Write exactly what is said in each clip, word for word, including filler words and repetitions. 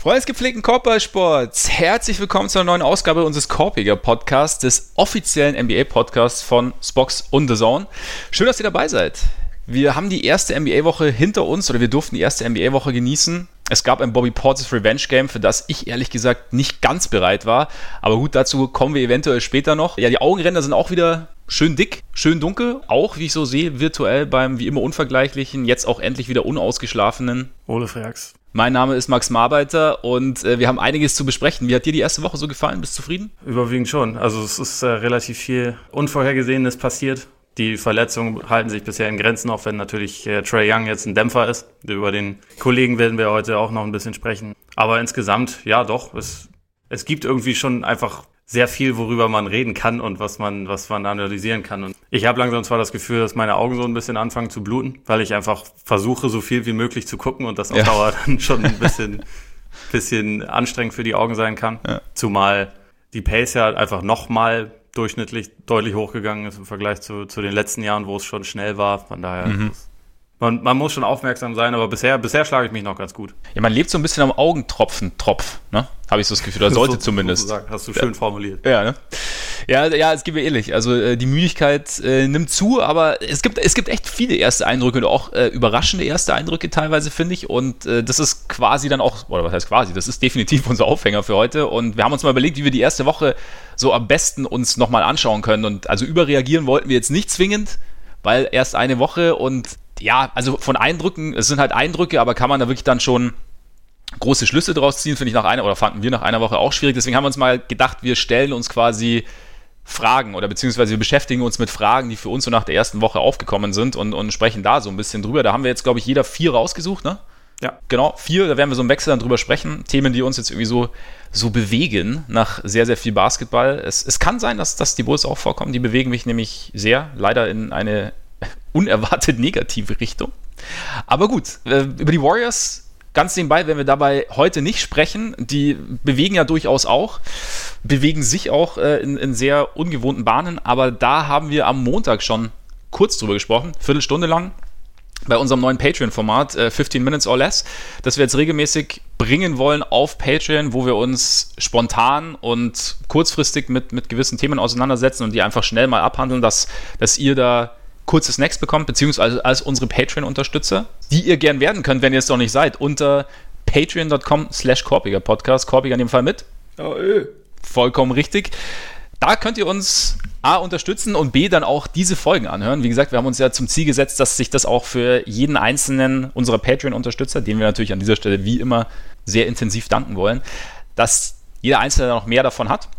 Freunde des gepflegten Korbballsports, herzlich willkommen zu einer neuen Ausgabe unseres Korpiger Podcasts, des offiziellen N B A-Podcasts von Spox und The Zone. Schön, dass ihr dabei seid. Wir haben die erste N B A-Woche hinter uns, oder wir durften die erste N B A-Woche genießen. Es gab ein Bobby Portis Revenge-Game, für das ich ehrlich gesagt nicht ganz bereit war. Aber gut, dazu kommen wir eventuell später noch. Ja, die Augenränder sind auch wieder schön dick, schön dunkel. Auch, wie ich so sehe, virtuell beim wie immer unvergleichlichen, jetzt auch endlich wieder unausgeschlafenen Ole Freaks. Mein Name ist Max Marbeiter und äh, wir haben einiges zu besprechen. Wie hat dir die erste Woche so gefallen? Bist du zufrieden? Überwiegend schon. Also es ist äh, relativ viel Unvorhergesehenes passiert. Die Verletzungen halten sich bisher in Grenzen, auch wenn natürlich äh, Trae Young jetzt ein Dämpfer ist. Über den Kollegen werden wir heute auch noch ein bisschen sprechen. Aber insgesamt, ja doch, es, es gibt irgendwie schon einfach sehr viel, worüber man reden kann und was man, was man analysieren kann. Und ich habe langsam zwar das Gefühl, dass meine Augen so ein bisschen anfangen zu bluten, weil ich einfach versuche, so viel wie möglich zu gucken und das auf ja. Dauer dann schon ein bisschen, bisschen anstrengend für die Augen sein kann. Ja. Zumal die Pace ja einfach nochmal durchschnittlich deutlich hochgegangen ist im Vergleich zu, zu den letzten Jahren, wo es schon schnell war. Von daher, mhm. man, man muss schon aufmerksam sein, aber bisher, bisher schlage ich mich noch ganz gut. Ja, man lebt so ein bisschen am Augentropfen-Tropf, ne? Habe ich so das Gefühl, oder sollte so, zumindest. So hast du schön ja. formuliert. Ja, ne? Ja, ja, es geht mir ähnlich. Also äh, die Müdigkeit äh, nimmt zu, aber es gibt, es gibt echt viele erste Eindrücke und auch äh, überraschende erste Eindrücke teilweise, finde ich. Und äh, das ist quasi dann auch, oder was heißt quasi, das ist definitiv unser Aufhänger für heute. Und wir haben uns mal überlegt, wie wir die erste Woche so am besten uns nochmal anschauen können. Und also überreagieren wollten wir jetzt nicht zwingend, weil erst eine Woche und ja, also von Eindrücken, es sind halt Eindrücke, aber kann man da wirklich dann schon große Schlüsse draus ziehen, finde ich nach einer, oder fanden wir nach einer Woche auch schwierig. Deswegen haben wir uns mal gedacht, wir stellen uns quasi Fragen oder beziehungsweise wir beschäftigen uns mit Fragen, die für uns so nach der ersten Woche aufgekommen sind und, und sprechen da so ein bisschen drüber. Da haben wir jetzt, glaube ich, jeder vier rausgesucht, ne? Ja. Genau, vier, da werden wir so im Wechsel dann drüber sprechen. Themen, die uns jetzt irgendwie so, so bewegen nach sehr, sehr viel Basketball. Es, es kann sein, dass, dass die Bulls auch vorkommen. Die bewegen mich nämlich sehr, leider in eine unerwartet negative Richtung. Aber gut, äh, über die Warriors ganz nebenbei werden wir dabei heute nicht sprechen. Die bewegen ja durchaus auch, bewegen sich auch äh, in, in sehr ungewohnten Bahnen, aber da haben wir am Montag schon kurz drüber gesprochen, Viertelstunde lang, bei unserem neuen Patreon-Format, äh, fifteen minutes or less, das wir jetzt regelmäßig bringen wollen auf Patreon, wo wir uns spontan und kurzfristig mit, mit gewissen Themen auseinandersetzen und die einfach schnell mal abhandeln, dass, dass ihr da kurze Snacks bekommt, beziehungsweise als unsere Patreon-Unterstützer, die ihr gern werden könnt, wenn ihr es noch nicht seid, unter patreon.com slash Korpiger Podcast. Korpiger in dem Fall mit. Oh, öh. Vollkommen richtig. Da könnt ihr uns A unterstützen und B dann auch diese Folgen anhören. Wie gesagt, wir haben uns ja zum Ziel gesetzt, dass sich das auch für jeden einzelnen unserer Patreon-Unterstützer, denen wir natürlich an dieser Stelle wie immer sehr intensiv danken wollen, dass jeder Einzelne noch mehr davon hat.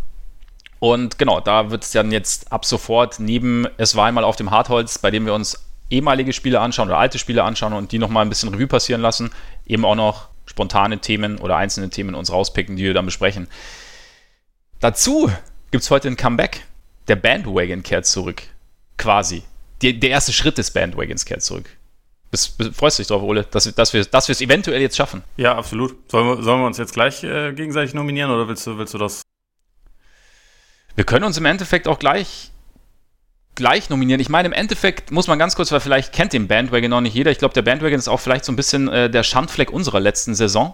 Und genau, da wird es dann jetzt ab sofort neben Es war einmal auf dem Hartholz, bei dem wir uns ehemalige Spiele anschauen oder alte Spiele anschauen und die nochmal ein bisschen Revue passieren lassen, eben auch noch spontane Themen oder einzelne Themen uns rauspicken, die wir dann besprechen. Dazu gibt es heute ein Comeback. Der Bandwagon kehrt zurück. Quasi. Die, der erste Schritt des Bandwagons kehrt zurück. Bist, bist, freust du dich drauf, Ole, dass, dass wir dass wir es eventuell jetzt schaffen? Ja, absolut. Sollen wir, sollen wir uns jetzt gleich äh, gegenseitig nominieren oder willst du, willst du das? Wir können uns im Endeffekt auch gleich, gleich nominieren. Ich meine, im Endeffekt muss man ganz kurz, weil vielleicht kennt den Bandwagon noch nicht jeder. Ich glaube, der Bandwagon ist auch vielleicht so ein bisschen äh, der Schandfleck unserer letzten Saison.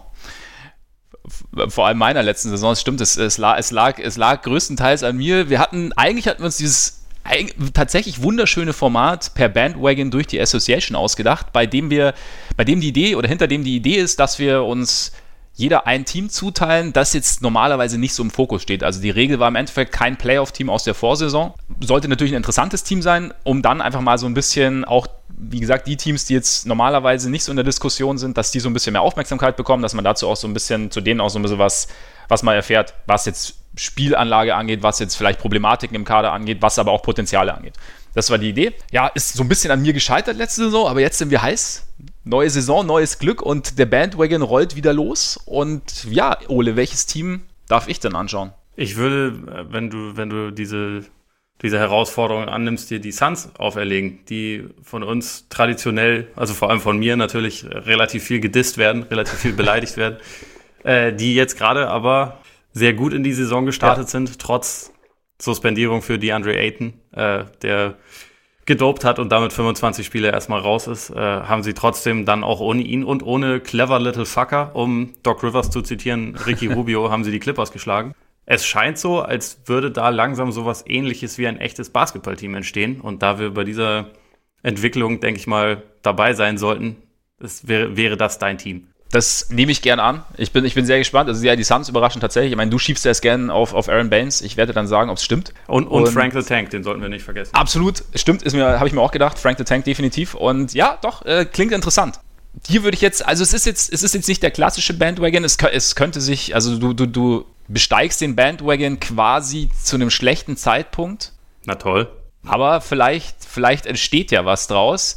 Vor allem meiner letzten Saison. Es stimmt, es, es, lag, es, lag, es lag größtenteils an mir. Wir hatten, eigentlich hatten wir uns dieses tatsächlich wunderschöne Format per Bandwagon durch die Association ausgedacht, bei dem wir, bei dem die Idee oder hinter dem die Idee ist, dass wir uns jeder ein Team zuteilen, das jetzt normalerweise nicht so im Fokus steht. Also die Regel war im Endeffekt kein Playoff-Team aus der Vorsaison. Sollte natürlich ein interessantes Team sein, um dann einfach mal so ein bisschen auch, wie gesagt, die Teams, die jetzt normalerweise nicht so in der Diskussion sind, dass die so ein bisschen mehr Aufmerksamkeit bekommen, dass man dazu auch so ein bisschen, zu denen auch so ein bisschen was, was man erfährt, was jetzt Spielanlage angeht, was jetzt vielleicht Problematiken im Kader angeht, was aber auch Potenziale angeht. Das war die Idee. Ja, ist so ein bisschen an mir gescheitert letzte Saison, aber jetzt sind wir heiß. Neue Saison, neues Glück und der Bandwagon rollt wieder los. Und ja, Ole, welches Team darf ich denn anschauen? Ich würde, wenn du, wenn du diese, diese Herausforderung annimmst, dir die Suns auferlegen, die von uns traditionell, also vor allem von mir natürlich, relativ viel gedisst werden, relativ viel beleidigt werden, äh, die jetzt gerade aber sehr gut in die Saison gestartet ja. sind, trotz Suspendierung für DeAndre Ayton, äh, der gedopt hat und damit fünfundzwanzig Spiele erstmal raus ist, äh, haben sie trotzdem dann auch ohne ihn und ohne clever little fucker, um Doc Rivers zu zitieren, Ricky Rubio, haben sie die Clippers geschlagen. Es scheint so, als würde da langsam sowas Ähnliches wie ein echtes Basketballteam entstehen. Und da wir bei dieser Entwicklung, denke ich mal, dabei sein sollten, das wäre, wäre das dein Team. Das nehme ich gern an. Ich bin, ich bin sehr gespannt. Also ja, die Suns überraschen tatsächlich. Ich meine, du schiebst ja es gern auf, auf Aaron Baines. Ich werde dann sagen, ob es stimmt. Und, und, und Frank the Tank, den sollten wir nicht vergessen. Absolut, stimmt, ist mir, habe ich mir auch gedacht. Frank the Tank definitiv. Und ja, doch, äh, klingt interessant. Hier würde ich jetzt, also es ist jetzt, es ist jetzt nicht der klassische Bandwagon. Es, es könnte sich, also du, du, du besteigst den Bandwagon quasi zu einem schlechten Zeitpunkt. Na toll. Aber vielleicht, vielleicht entsteht ja was draus.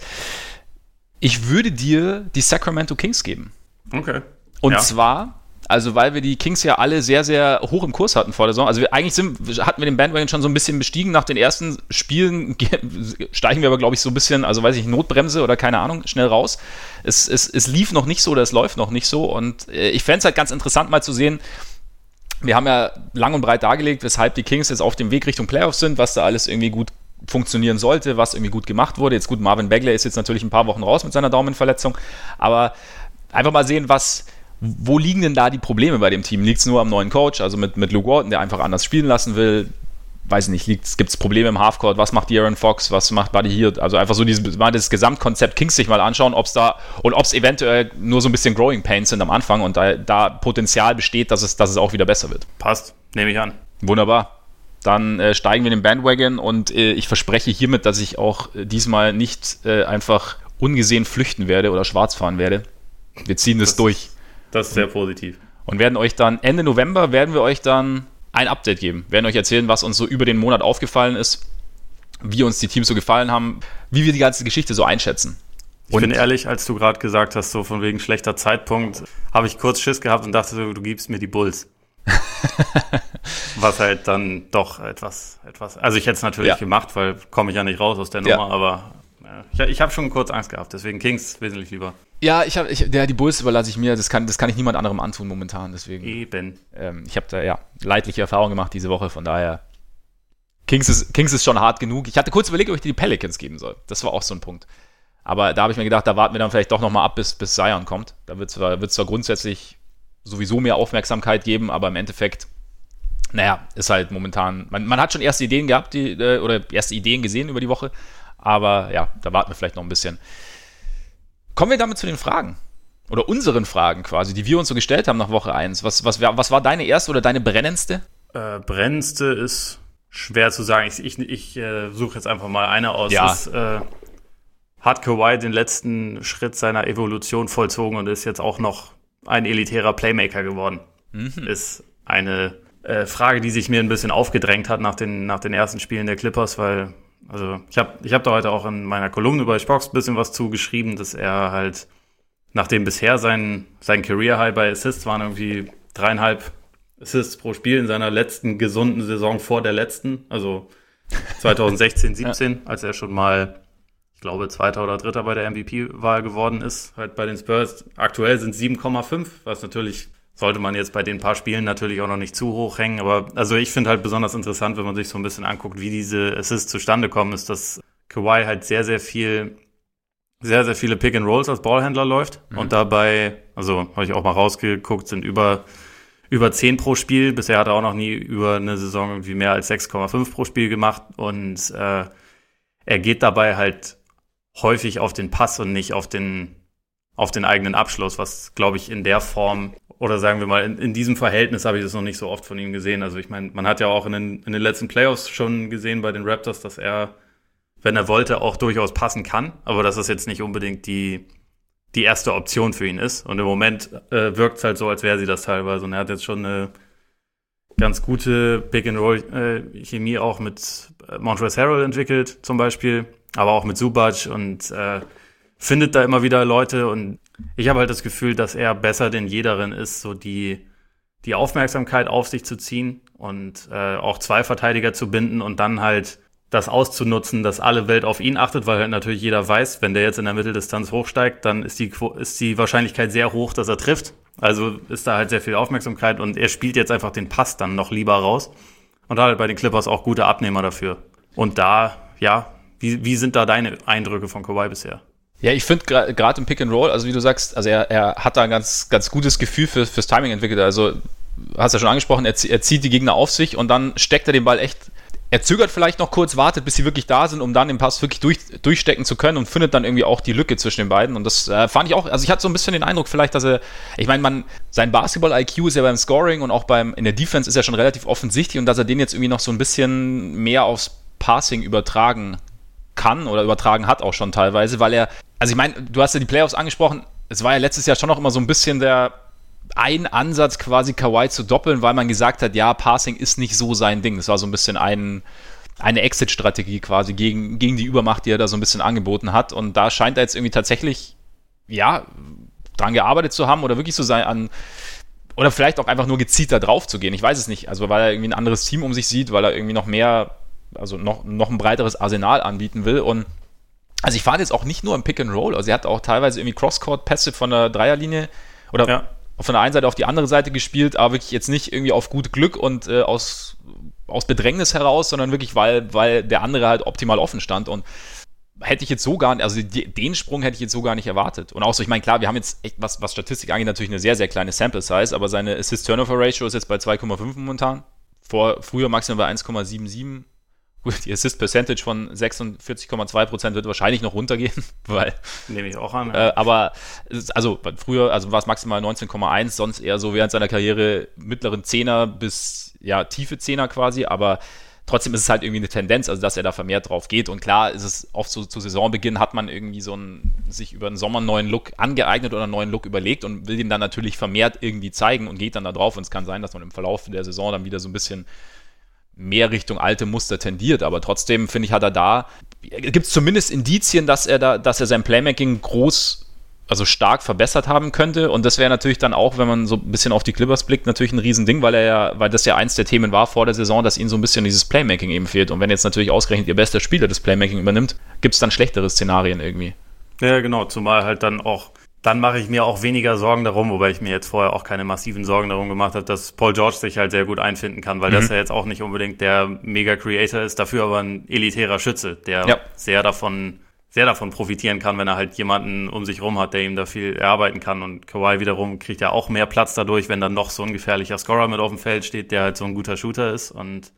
Ich würde dir die Sacramento Kings geben. Okay. Und ja. zwar, also weil wir die Kings ja alle sehr, sehr hoch im Kurs hatten vor der Saison. Also wir, eigentlich sind, hatten wir den Bandwagon schon so ein bisschen bestiegen. Nach den ersten Spielen steigen wir aber, glaube ich, so ein bisschen, also weiß ich, Notbremse oder keine Ahnung, schnell raus. Es, es, es lief noch nicht so oder es läuft noch nicht so. Und ich fände es halt ganz interessant mal zu sehen, wir haben ja lang und breit dargelegt, weshalb die Kings jetzt auf dem Weg Richtung Playoffs sind, was da alles irgendwie gut funktionieren sollte, was irgendwie gut gemacht wurde. Jetzt gut, Marvin Bagley ist jetzt natürlich ein paar Wochen raus mit seiner Daumenverletzung, aber einfach mal sehen, was, wo liegen denn da die Probleme bei dem Team? Liegt es nur am neuen Coach, also mit, mit Luke Walton, der einfach anders spielen lassen will? Weiß nicht, gibt es Probleme im Halfcourt? Was macht De'Aaron Fox? Was macht Buddy Hield? Also einfach so dieses, mal das Gesamtkonzept Kings sich mal anschauen, ob es da und ob es eventuell nur so ein bisschen Growing Pains sind am Anfang und da, da Potenzial besteht, dass es, dass es auch wieder besser wird. Passt, nehme ich an. Wunderbar. Dann äh, steigen wir in den Bandwagon und äh, ich verspreche hiermit, dass ich auch äh, diesmal nicht äh, einfach ungesehen flüchten werde oder schwarz fahren werde. Wir ziehen das, das durch. Das ist sehr positiv. Und werden euch dann, Ende November, werden wir euch dann ein Update geben. Wir werden euch erzählen, was uns so über den Monat aufgefallen ist, wie uns die Teams so gefallen haben, wie wir die ganze Geschichte so einschätzen. Ich und bin ehrlich, als du gerade gesagt hast, so von wegen schlechter Zeitpunkt, habe ich kurz Schiss gehabt und dachte so, du gibst mir die Bulls. Was halt dann doch etwas, etwas, also ich hätte es natürlich ja. gemacht, weil komme ich ja nicht raus aus der Nummer, ja. aber ja, ich, ich habe schon kurz Angst gehabt, deswegen Kings wesentlich lieber. Ja, ich habe, ich, ja, die Bulls überlasse ich mir, das kann, das kann ich niemand anderem antun momentan, deswegen. Eben. Ähm, ich habe da, ja, leidliche Erfahrungen gemacht diese Woche, von daher, Kings ist, Kings ist schon hart genug. Ich hatte kurz überlegt, ob ich dir die Pelicans geben soll. Das war auch so ein Punkt. Aber da habe ich mir gedacht, da warten wir dann vielleicht doch nochmal ab, bis, bis Zion kommt. Da wird es zwar, zwar grundsätzlich sowieso mehr Aufmerksamkeit geben, aber im Endeffekt, naja, ist halt momentan, man, man hat schon erste Ideen gehabt, die, äh, oder erste Ideen gesehen über die Woche, aber ja, da warten wir vielleicht noch ein bisschen. Kommen wir damit zu den Fragen. Oder unseren Fragen quasi, die wir uns so gestellt haben nach Woche eins. Was, was, was war deine erste oder deine brennendste? Äh, brennendste ist schwer zu sagen. Ich, ich, ich äh, suche jetzt einfach mal eine aus. Ja. Ist, äh, hat Kawhi den letzten Schritt seiner Evolution vollzogen und ist jetzt auch noch ein elitärer Playmaker geworden? Mhm. Ist eine äh, Frage, die sich mir ein bisschen aufgedrängt hat nach den, nach den ersten Spielen der Clippers, weil also ich habe ich hab da heute auch in meiner Kolumne bei Spox ein bisschen was zugeschrieben, dass er halt, nachdem bisher sein, sein Career-High bei Assists waren irgendwie dreieinhalb Assists pro Spiel in seiner letzten gesunden Saison vor der letzten, also zwanzig sechzehn, siebzehn, ja. als er schon mal, ich glaube, Zweiter oder Dritter bei der M V P-Wahl geworden ist, halt bei den Spurs. Aktuell sind es sieben Komma fünf, was natürlich, sollte man jetzt bei den paar Spielen natürlich auch noch nicht zu hoch hängen, aber also ich finde halt besonders interessant, wenn man sich so ein bisschen anguckt, wie diese Assists zustande kommen, ist, dass Kawhi halt sehr, sehr viel, sehr, sehr viele Pick-and-Rolls als Ballhändler läuft mhm. und dabei, also habe ich auch mal rausgeguckt, sind über, über zehn pro Spiel. Bisher hat er auch noch nie über eine Saison irgendwie mehr als sechs Komma fünf pro Spiel gemacht und äh, er geht dabei halt häufig auf den Pass und nicht auf den, auf den eigenen Abschluss, was, glaube ich, in der Form oder sagen wir mal, in, in diesem Verhältnis habe ich das noch nicht so oft von ihm gesehen. Also ich meine, man hat ja auch in den, in den letzten Playoffs schon gesehen bei den Raptors, dass er, wenn er wollte, auch durchaus passen kann, aber dass das jetzt nicht unbedingt die, die erste Option für ihn ist. Und im Moment äh, wirkt es halt so, als wäre sie das teilweise. Und er hat jetzt schon eine ganz gute Pick-and-Roll-Chemie äh, auch mit Montrezl Harrell entwickelt, zum Beispiel, aber auch mit Zubac und äh, findet da immer wieder Leute und ich habe halt das Gefühl, dass er besser denn je darin ist, so die, die Aufmerksamkeit auf sich zu ziehen und äh, auch zwei Verteidiger zu binden und dann halt das auszunutzen, dass alle Welt auf ihn achtet, weil halt natürlich jeder weiß, wenn der jetzt in der Mitteldistanz hochsteigt, dann ist die, ist die Wahrscheinlichkeit sehr hoch, dass er trifft. Also ist da halt sehr viel Aufmerksamkeit und er spielt jetzt einfach den Pass dann noch lieber raus und hat halt bei den Clippers auch gute Abnehmer dafür. Und da, ja, Wie, wie sind da deine Eindrücke von Kawhi bisher? Ja, ich finde gerade gra- im Pick and Roll, also wie du sagst, also er, er hat da ein ganz, ganz gutes Gefühl für, fürs Timing entwickelt. Also, hast ja schon angesprochen, er, er zieht die Gegner auf sich und dann steckt er den Ball echt. Er zögert vielleicht noch kurz, wartet, bis sie wirklich da sind, um dann den Pass wirklich durch, durchstecken zu können und findet dann irgendwie auch die Lücke zwischen den beiden. Und das äh, fand ich auch, also ich hatte so ein bisschen den Eindruck vielleicht, dass er, ich meine, man, sein Basketball-I Q ist ja beim Scoring und auch beim, in der Defense ist ja schon relativ offensichtlich und dass er den jetzt irgendwie noch so ein bisschen mehr aufs Passing übertragen kann oder übertragen hat auch schon teilweise, weil er, also ich meine, du hast ja die Playoffs angesprochen, es war ja letztes Jahr schon noch immer so ein bisschen der ein Ansatz quasi Kawhi zu doppeln, weil man gesagt hat, ja, Passing ist nicht so sein Ding. Das war so ein bisschen ein, eine Exit-Strategie quasi gegen, gegen die Übermacht, die er da so ein bisschen angeboten hat. Und da scheint er jetzt irgendwie tatsächlich, ja, dran gearbeitet zu haben oder wirklich so sein an, oder vielleicht auch einfach nur gezielt da drauf zu gehen. Ich weiß es nicht. Also weil er irgendwie ein anderes Team um sich sieht, weil er irgendwie noch mehr, also noch, noch ein breiteres Arsenal anbieten will. Und also ich fand jetzt auch nicht nur im Pick and Roll, also er hat auch teilweise irgendwie Crosscourt-Pässe von der Dreierlinie oder ja. von der einen Seite auf die andere Seite gespielt, aber wirklich jetzt nicht irgendwie auf gut Glück und äh, aus, aus Bedrängnis heraus, sondern wirklich, weil, weil der andere halt optimal offen stand und hätte ich jetzt so gar nicht, also die, den Sprung hätte ich jetzt so gar nicht erwartet. Und auch so, ich meine, klar, wir haben jetzt echt, was, was Statistik angeht, natürlich eine sehr, sehr kleine Sample-Size, aber seine Assist-Turnover-Ratio ist jetzt bei zwei Komma fünf momentan. Vor, früher maximal bei eins Komma siebenundsiebzig. Gut, die Assist-Percentage von sechsundvierzig Komma zwei Prozent wird wahrscheinlich noch runtergehen, weil... Nehme ich auch an. Ja. Äh, aber, also früher also war es maximal neunzehn Komma eins, sonst eher so während seiner Karriere mittleren Zehner bis, ja, tiefe Zehner quasi, aber trotzdem ist es halt irgendwie eine Tendenz, also dass er da vermehrt drauf geht und klar ist es oft so, zu Saisonbeginn hat man irgendwie so einen, sich über einen Sommer einen neuen Look angeeignet oder einen neuen Look überlegt und will den dann natürlich vermehrt irgendwie zeigen und geht dann da drauf und es kann sein, dass man im Verlauf der Saison dann wieder so ein bisschen mehr Richtung alte Muster tendiert, aber trotzdem finde ich, hat er da, gibt es zumindest Indizien, dass er da, dass er sein Playmaking groß, also stark verbessert haben könnte und das wäre natürlich dann auch, wenn man so ein bisschen auf die Clippers blickt, natürlich ein Riesending, weil er ja, weil das ja eins der Themen war vor der Saison, dass ihnen so ein bisschen dieses Playmaking eben fehlt und wenn jetzt natürlich ausgerechnet ihr bester Spieler das Playmaking übernimmt, gibt es dann schlechtere Szenarien irgendwie. Ja, genau, zumal halt dann auch Dann mache ich mir auch weniger Sorgen darum, wobei ich mir jetzt vorher auch keine massiven Sorgen darum gemacht habe, dass Paul George sich halt sehr gut einfinden kann, weil mhm. das ja jetzt auch nicht unbedingt der Mega-Creator ist, dafür aber ein elitärer Schütze, der ja. sehr davon sehr davon profitieren kann, wenn er halt jemanden um sich rum hat, der ihm da viel erarbeiten kann. Und Kawhi wiederum kriegt ja auch mehr Platz dadurch, wenn dann noch so ein gefährlicher Scorer mit auf dem Feld steht, der halt so ein guter Shooter ist. Und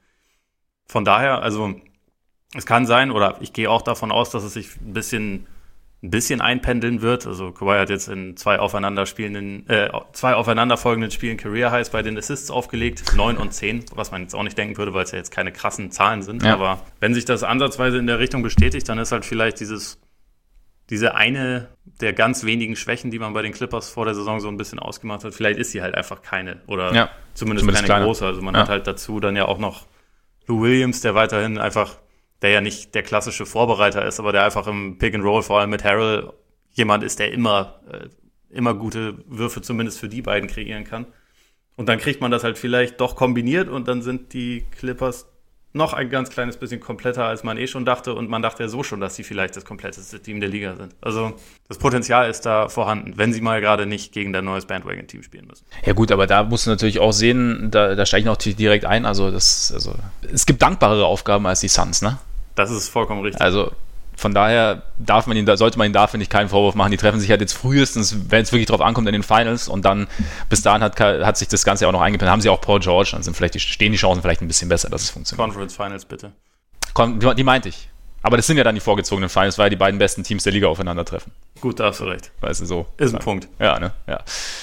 von daher, also es kann sein, oder ich gehe auch davon aus, dass es sich ein bisschen ein bisschen einpendeln wird. Also Kawhi hat jetzt in zwei aufeinander spielenden, äh, zwei aufeinanderfolgenden Spielen Career Highs bei den Assists aufgelegt, neun und zehn, was man jetzt auch nicht denken würde, weil es ja jetzt keine krassen Zahlen sind. Ja. Aber wenn sich das ansatzweise in der Richtung bestätigt, dann ist halt vielleicht dieses, diese eine der ganz wenigen Schwächen, die man bei den Clippers vor der Saison so ein bisschen ausgemacht hat, vielleicht ist sie halt einfach keine oder ja. zumindest, zumindest keine kleine. große. Also man ja. hat halt dazu dann ja auch noch Lou Williams, der weiterhin einfach der ja nicht der klassische Vorbereiter ist, aber der einfach im Pick and Roll, vor allem mit Harrell, jemand ist, der immer, äh, immer gute Würfe zumindest für die beiden kreieren kann. Und dann kriegt man das halt vielleicht doch kombiniert und dann sind die Clippers noch ein ganz kleines bisschen kompletter, als man eh schon dachte. Und man dachte ja so schon, dass sie vielleicht das kompletteste Team der Liga sind. Also das Potenzial ist da vorhanden, wenn sie mal gerade nicht gegen dein neues Bandwagon-Team spielen müssen. Ja gut, aber da musst du natürlich auch sehen, da, da steige ich noch direkt ein. Also, das, also es gibt dankbarere Aufgaben als die Suns, ne? Das ist vollkommen richtig. Also von daher darf man ihn, da sollte man ihn da, finde ich, keinen Vorwurf machen. Die treffen sich halt jetzt frühestens, wenn es wirklich drauf ankommt, in den Finals und dann bis dahin hat, hat sich das Ganze auch noch eingependelt. Haben sie auch Paul George, dann sind vielleicht die, stehen die Chancen vielleicht ein bisschen besser, dass es funktioniert. Conference Finals bitte. Die, die meinte ich. Aber das sind ja dann die vorgezogenen Finals, weil die beiden besten Teams der Liga aufeinandertreffen. Gut, da hast du recht. Weißt du, so. Ist ein Punkt. Ja, ne? Ja.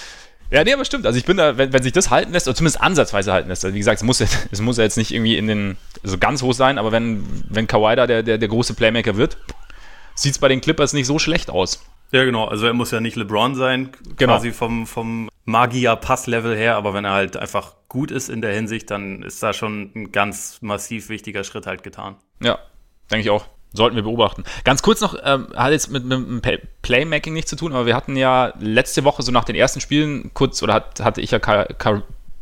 Ja, nee, aber stimmt. Also ich bin da, wenn, wenn sich das halten lässt, oder zumindest ansatzweise halten lässt, also wie gesagt, es muss, es muss ja jetzt nicht irgendwie in den, so ganz hoch sein, aber wenn, wenn Kawhi da der, der, der große Playmaker wird, sieht es bei den Clippers nicht so schlecht aus. Ja, genau. Also er muss ja nicht LeBron sein, genau. quasi vom, vom Magier-Pass-Level her, aber wenn er halt einfach gut ist in der Hinsicht, dann ist da schon ein ganz massiv wichtiger Schritt halt getan. Ja, denke ich auch. Sollten wir beobachten. Ganz kurz noch, ähm, hat jetzt mit, mit, mit Playmaking nichts zu tun, aber wir hatten ja letzte Woche so nach den ersten Spielen kurz, oder hat, hatte ich ja Ka, Ka,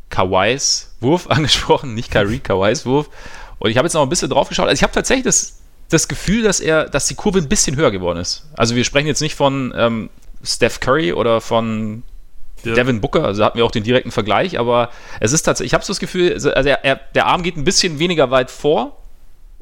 Kawhis Wurf angesprochen, nicht Kyrie, Kawhis Wurf. Und ich habe jetzt noch ein bisschen drauf geschaut. Also ich habe tatsächlich das, das Gefühl, dass er, dass die Kurve ein bisschen höher geworden ist. Also wir sprechen jetzt nicht von ähm, Steph Curry oder von ja. Devin Booker, also da hatten wir auch den direkten Vergleich, aber es ist tatsächlich, ich habe so das Gefühl, also er, er, der Arm geht ein bisschen weniger weit vor.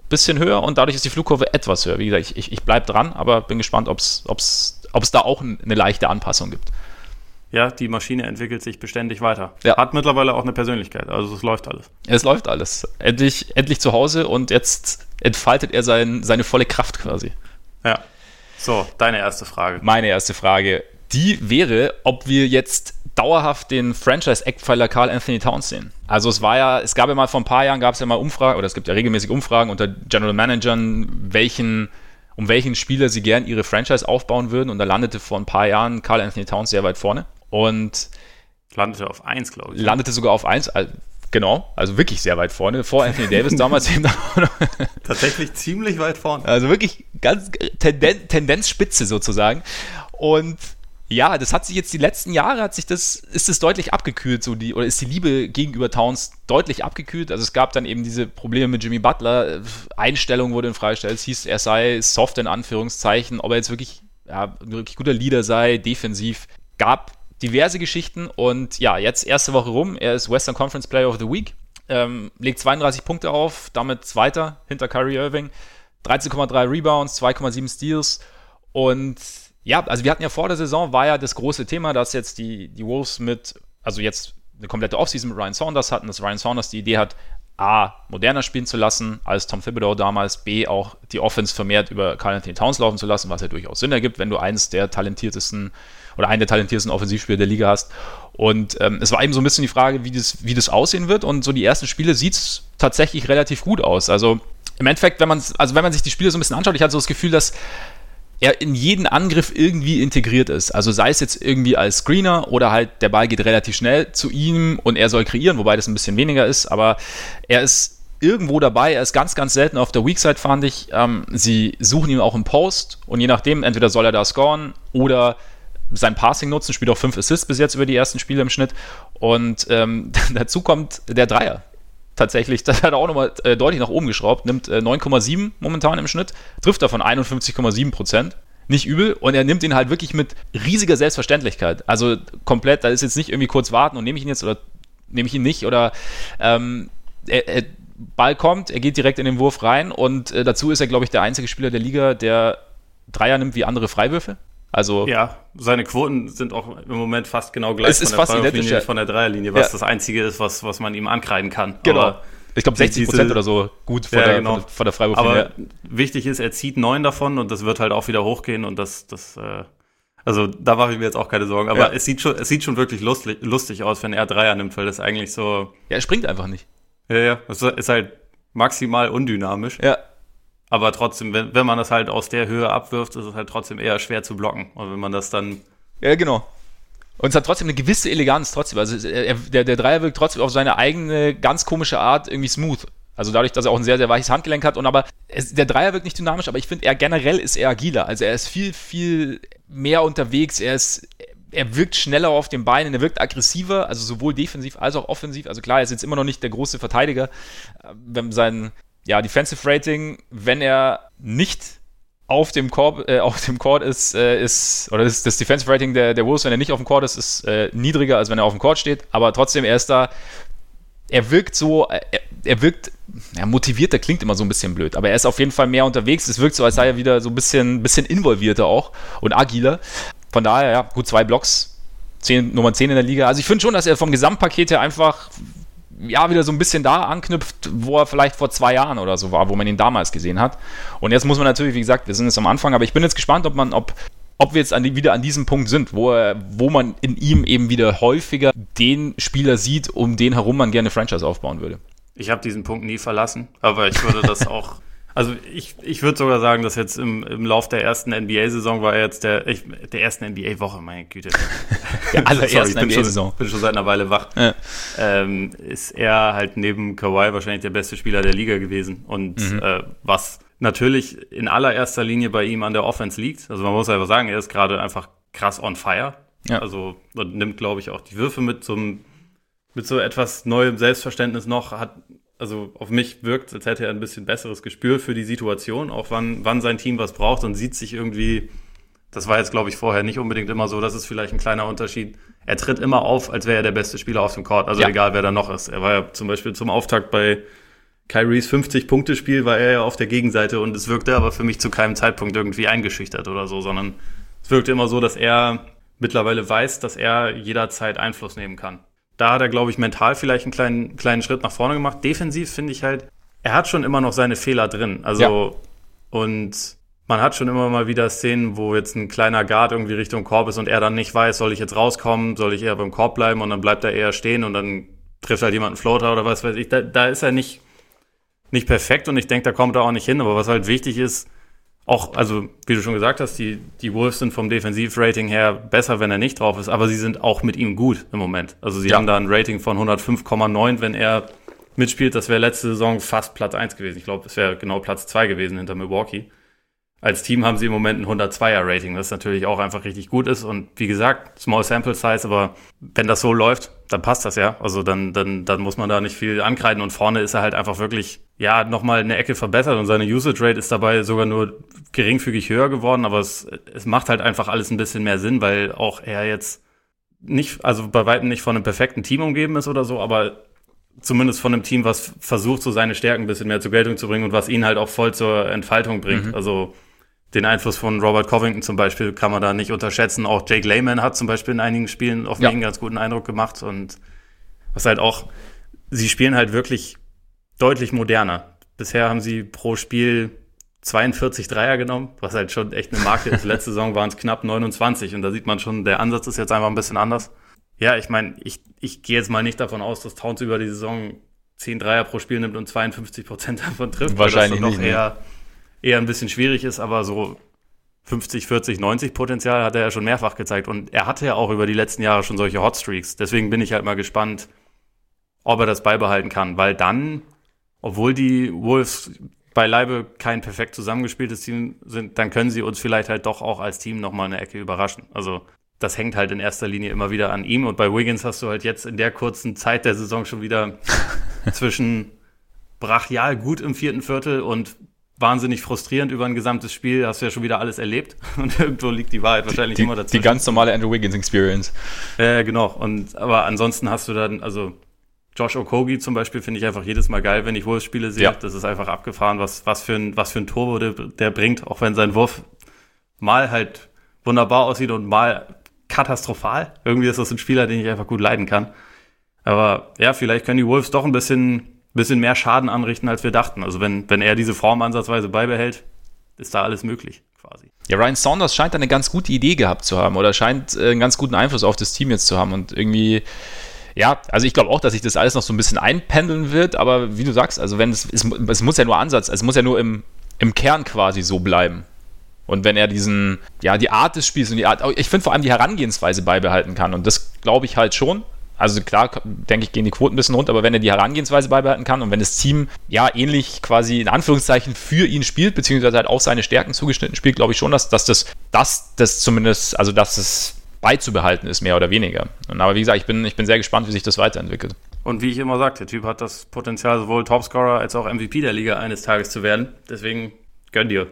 bisschen höher und dadurch ist die Flugkurve etwas höher. Wie gesagt, ich, ich, ich bleibe dran, aber bin gespannt, ob es da auch eine leichte Anpassung gibt. Ja, die Maschine entwickelt sich beständig weiter. Ja. Hat mittlerweile auch eine Persönlichkeit, also es läuft alles. Es läuft alles. Endlich, endlich zu Hause und jetzt entfaltet er sein, seine volle Kraft quasi. Ja. So, deine erste Frage. Meine erste Frage, die wäre, ob wir jetzt dauerhaft den Franchise-Eckpfeiler Karl Anthony Towns sehen. Also es war ja, es gab ja mal vor ein paar Jahren, gab es ja mal Umfragen, oder es gibt ja regelmäßig Umfragen unter General Managern, welchen um welchen Spieler sie gern ihre Franchise aufbauen würden. Und da landete vor ein paar Jahren Karl Anthony Towns sehr weit vorne. Und landete auf eins, glaube ich. Landete sogar auf eins, also, genau, also wirklich sehr weit vorne. Vor Anthony Davis damals eben. Tatsächlich ziemlich weit vorne. Also wirklich ganz Tenden, Tendenzspitze sozusagen. Und ja, das hat sich jetzt die letzten Jahre, hat sich das, ist es deutlich abgekühlt, so die, oder ist die Liebe gegenüber Towns deutlich abgekühlt. Also es gab dann eben diese Probleme mit Jimmy Butler, Einstellung wurde in Frage gestellt, es hieß, er sei soft in Anführungszeichen, ob er jetzt wirklich, ja, ein wirklich guter Leader sei, defensiv, gab diverse Geschichten und ja, jetzt erste Woche rum, er ist Western Conference Player of the Week, ähm, legt zweiunddreißig Punkte auf, damit Zweiter hinter Kyrie Irving, dreizehn Komma drei Rebounds, zwei Komma sieben Steals und ja, also wir hatten ja vor der Saison, war ja das große Thema, dass jetzt die, die Wolves mit, also jetzt eine komplette Offseason mit Ryan Saunders hatten, dass Ryan Saunders die Idee hat, A, moderner spielen zu lassen als Tom Thibodeau damals, B, auch die Offense vermehrt über Karl Anthony Towns laufen zu lassen, was ja durchaus Sinn ergibt, wenn du eines der talentiertesten oder einen der talentiertesten Offensivspieler der Liga hast. Und ähm, es war eben so ein bisschen die Frage, wie das, wie das aussehen wird. Und so die ersten Spiele sieht es tatsächlich relativ gut aus. Also im Endeffekt, wenn man also wenn man sich die Spiele so ein bisschen anschaut, ich hatte so das Gefühl, dass er in jeden Angriff irgendwie integriert ist. Also sei es jetzt irgendwie als Screener oder halt der Ball geht relativ schnell zu ihm und er soll kreieren, wobei das ein bisschen weniger ist, aber er ist irgendwo dabei, er ist ganz, ganz selten auf der Weakside, fand ich. Ähm, sie suchen ihn auch im Post und je nachdem, entweder soll er da scoren oder sein Passing nutzen, spielt auch fünf Assists bis jetzt über die ersten Spiele im Schnitt und ähm, dazu kommt der Dreier. Tatsächlich, das hat er auch nochmal äh, deutlich nach oben geschraubt, nimmt äh, neun Komma sieben momentan im Schnitt, trifft davon einundfünfzig Komma sieben Prozent. Nicht übel und er nimmt ihn halt wirklich mit riesiger Selbstverständlichkeit. Also komplett, da ist jetzt nicht irgendwie kurz warten und nehme ich ihn jetzt oder nehme ich ihn nicht oder ähm, er, er, Ball kommt, er geht direkt in den Wurf rein und äh, dazu ist er, glaube ich, der einzige Spieler der Liga, der Dreier nimmt wie andere Freiwürfe. Also ja, seine Quoten sind auch im Moment fast genau gleich es ist fast identisch, ja. Von der Dreierlinie, was ja. das Einzige ist, was, was man ihm ankreiden kann. Genau. Aber ich glaube sechzig Prozent oder so gut von, ja, der, genau. von, der, von der Freiwurf. Aber ja. wichtig ist, er zieht neun davon und das wird halt auch wieder hochgehen und das, das äh, also da mache ich mir jetzt auch keine Sorgen. Aber ja. es sieht schon, es sieht schon wirklich lustig, lustig aus, wenn er Dreier nimmt, weil das eigentlich so. Ja, er springt einfach nicht. Ja, ja. Das ist halt maximal undynamisch. Ja. Aber trotzdem, wenn, wenn man das halt aus der Höhe abwirft, ist es halt trotzdem eher schwer zu blocken. Und wenn man das dann. Ja, genau. Und es hat trotzdem eine gewisse Eleganz trotzdem. Also er, der, der Dreier wirkt trotzdem auf seine eigene, ganz komische Art irgendwie smooth. Also dadurch, dass er auch ein sehr, sehr weiches Handgelenk hat. Und aber es, der Dreier wirkt nicht dynamisch, aber ich finde, er generell ist eher agiler. Also er ist viel, viel mehr unterwegs. Er ist, er wirkt schneller auf den Beinen, er wirkt aggressiver, also sowohl defensiv als auch offensiv. Also klar, er ist jetzt immer noch nicht der große Verteidiger. Wenn sein ja, Defensive Rating, wenn er nicht auf dem Court, äh, auf dem Court ist, äh, ist, oder das, das Defensive Rating der, der Wolves, wenn er nicht auf dem Court ist, ist äh, niedriger, als wenn er auf dem Court steht. Aber trotzdem, er ist da, er wirkt so, er, er wirkt, ja, motivierter klingt immer so ein bisschen blöd, aber er ist auf jeden Fall mehr unterwegs. Es wirkt so, als sei er wieder so ein bisschen, bisschen involvierter auch und agiler. Von daher, ja, gut, zwei Blocks, zehn, Nummer zehn in der Liga. Also ich finde schon, dass er vom Gesamtpaket her einfach ja, wieder so ein bisschen da anknüpft, wo er vielleicht vor zwei Jahren oder so war, wo man ihn damals gesehen hat. Und jetzt muss man natürlich, wie gesagt, wir sind jetzt am Anfang, aber ich bin jetzt gespannt, ob man, ob, ob wir jetzt an die, wieder an diesem Punkt sind, wo, er, wo man in ihm eben wieder häufiger den Spieler sieht, um den herum man gerne Franchise aufbauen würde. Ich habe diesen Punkt nie verlassen, aber ich würde das auch, also ich, ich würde sogar sagen, dass jetzt im, im Lauf der ersten N B A-Saison war er jetzt der, ich, der ersten N B A-Woche, meine Güte. Der allerersten N B A-Saison. Ich bin schon seit einer Weile wach. Ja. Ähm, ist er halt neben Kawhi wahrscheinlich der beste Spieler der Liga gewesen. Und mhm. äh, was natürlich in allererster Linie bei ihm an der Offense liegt, also man muss einfach sagen, er ist gerade einfach krass on fire. Ja. Also und nimmt, glaube ich, auch die Würfe mit so, mit so etwas neuem Selbstverständnis noch, hat also auf mich wirkt, als hätte er ein bisschen besseres Gespür für die Situation, auch wann, wann sein Team was braucht und sieht sich irgendwie, das war jetzt, glaube ich, vorher nicht unbedingt immer so, das ist vielleicht ein kleiner Unterschied. Er tritt immer auf, als wäre er der beste Spieler auf dem Court, also ja. egal, wer da noch ist. Er war ja zum Beispiel zum Auftakt bei Kyries fünfzig-Punkte-Spiel war er ja auf der Gegenseite und es wirkte aber für mich zu keinem Zeitpunkt irgendwie eingeschüchtert oder so, sondern es wirkte immer so, dass er mittlerweile weiß, dass er jederzeit Einfluss nehmen kann. Da hat er, glaube ich, mental vielleicht einen kleinen, kleinen Schritt nach vorne gemacht. Defensiv finde ich halt, er hat schon immer noch seine Fehler drin. Also, ja. Und man hat schon immer mal wieder Szenen, wo jetzt ein kleiner Guard irgendwie Richtung Korb ist und er dann nicht weiß, soll ich jetzt rauskommen, soll ich eher beim Korb bleiben und dann bleibt er eher stehen und dann trifft halt jemand einen Floater oder was weiß ich. Da, da ist er nicht Nicht perfekt und ich denke, da kommt er auch nicht hin, aber was halt wichtig ist, auch, also wie du schon gesagt hast, die, die Wolves sind vom Defensivrating her besser, wenn er nicht drauf ist, aber sie sind auch mit ihm gut im Moment. Also sie ja. haben da ein Rating von hundertfünf Komma neun, wenn er mitspielt, das wäre letzte Saison fast Platz eins gewesen. Ich glaube, es wäre genau Platz zwei gewesen hinter Milwaukee. Als Team haben sie im Moment ein hundertzweier Rating, was natürlich auch einfach richtig gut ist und wie gesagt, Small Sample Size, aber wenn das so läuft, dann passt das ja. Also dann, dann, dann muss man da nicht viel ankreiden und vorne ist er halt einfach wirklich, ja, nochmal eine Ecke verbessert und seine Usage Rate ist dabei sogar nur geringfügig höher geworden, aber es, es macht halt einfach alles ein bisschen mehr Sinn, weil auch er jetzt nicht, also bei weitem nicht von einem perfekten Team umgeben ist oder so, aber zumindest von einem Team, was versucht, so seine Stärken ein bisschen mehr zur Geltung zu bringen und was ihn halt auch voll zur Entfaltung bringt. Mhm. Also den Einfluss von Robert Covington zum Beispiel kann man da nicht unterschätzen. Auch Jake Layman hat zum Beispiel in einigen Spielen auf mich ja. einen ganz guten Eindruck gemacht. Und was halt auch, sie spielen halt wirklich deutlich moderner. Bisher haben sie pro Spiel zweiundvierzig Dreier genommen, was halt schon echt eine Marke ist. Letzte Saison waren es knapp neunundzwanzig und da sieht man schon, der Ansatz ist jetzt einfach ein bisschen anders. Ja, ich meine, ich, ich gehe jetzt mal nicht davon aus, dass Towns über die Saison zehn Dreier pro Spiel nimmt und zweiundfünfzig Prozent davon trifft. Wahrscheinlich weil das nicht. Noch eher, eher ein bisschen schwierig ist, aber so fünfzig, vierzig, neunzig Potenzial hat er ja schon mehrfach gezeigt. Und er hatte ja auch über die letzten Jahre schon solche Hotstreaks. Deswegen bin ich halt mal gespannt, ob er das beibehalten kann. Weil dann, obwohl die Wolves beileibe kein perfekt zusammengespieltes Team sind, dann können sie uns vielleicht halt doch auch als Team nochmal eine Ecke überraschen. Also das hängt halt in erster Linie immer wieder an ihm. Und bei Wiggins hast du halt jetzt in der kurzen Zeit der Saison schon wieder zwischen brachial gut im vierten Viertel und wahnsinnig frustrierend über ein gesamtes Spiel, hast du ja schon wieder alles erlebt und irgendwo liegt die Wahrheit wahrscheinlich die, immer dazwischen. Die ganz normale Andrew Wiggins Experience. Äh, genau, und aber ansonsten hast du dann, also Josh Okogie zum Beispiel finde ich einfach jedes Mal geil, wenn ich Wolves-Spiele sehe. Ja. Das ist einfach abgefahren, was, was, für ein, was für ein Turbo der, der bringt, auch wenn sein Wurf mal halt wunderbar aussieht und mal katastrophal. Irgendwie ist das ein Spieler, den ich einfach gut leiden kann. Aber ja, vielleicht können die Wolves doch ein bisschen bisschen mehr Schaden anrichten, als wir dachten. Also wenn, wenn er diese Form ansatzweise beibehält, ist da alles möglich, quasi. Ja, Ryan Saunders scheint eine ganz gute Idee gehabt zu haben oder scheint äh, einen ganz guten Einfluss auf das Team jetzt zu haben und irgendwie, ja, also ich glaube auch, dass sich das alles noch so ein bisschen einpendeln wird, aber wie du sagst, also wenn es, es, es muss ja nur Ansatz, es muss ja nur im, im Kern quasi so bleiben. Und wenn er diesen, ja, die Art des Spiels und die Art, ich finde vor allem die Herangehensweise beibehalten kann und das glaube ich halt schon. Also klar, denke ich, gehen die Quoten ein bisschen runter, aber wenn er die Herangehensweise beibehalten kann und wenn das Team ja ähnlich quasi in Anführungszeichen für ihn spielt, beziehungsweise halt auch seine Stärken zugeschnitten spielt, glaube ich schon, dass, dass das, dass das zumindest, also dass es beizubehalten ist, mehr oder weniger. Und, aber wie gesagt, ich bin, ich bin sehr gespannt, wie sich das weiterentwickelt. Und wie ich immer sage, der Typ hat das Potenzial, sowohl Topscorer als auch M V P der Liga eines Tages zu werden. Deswegen gönn dir.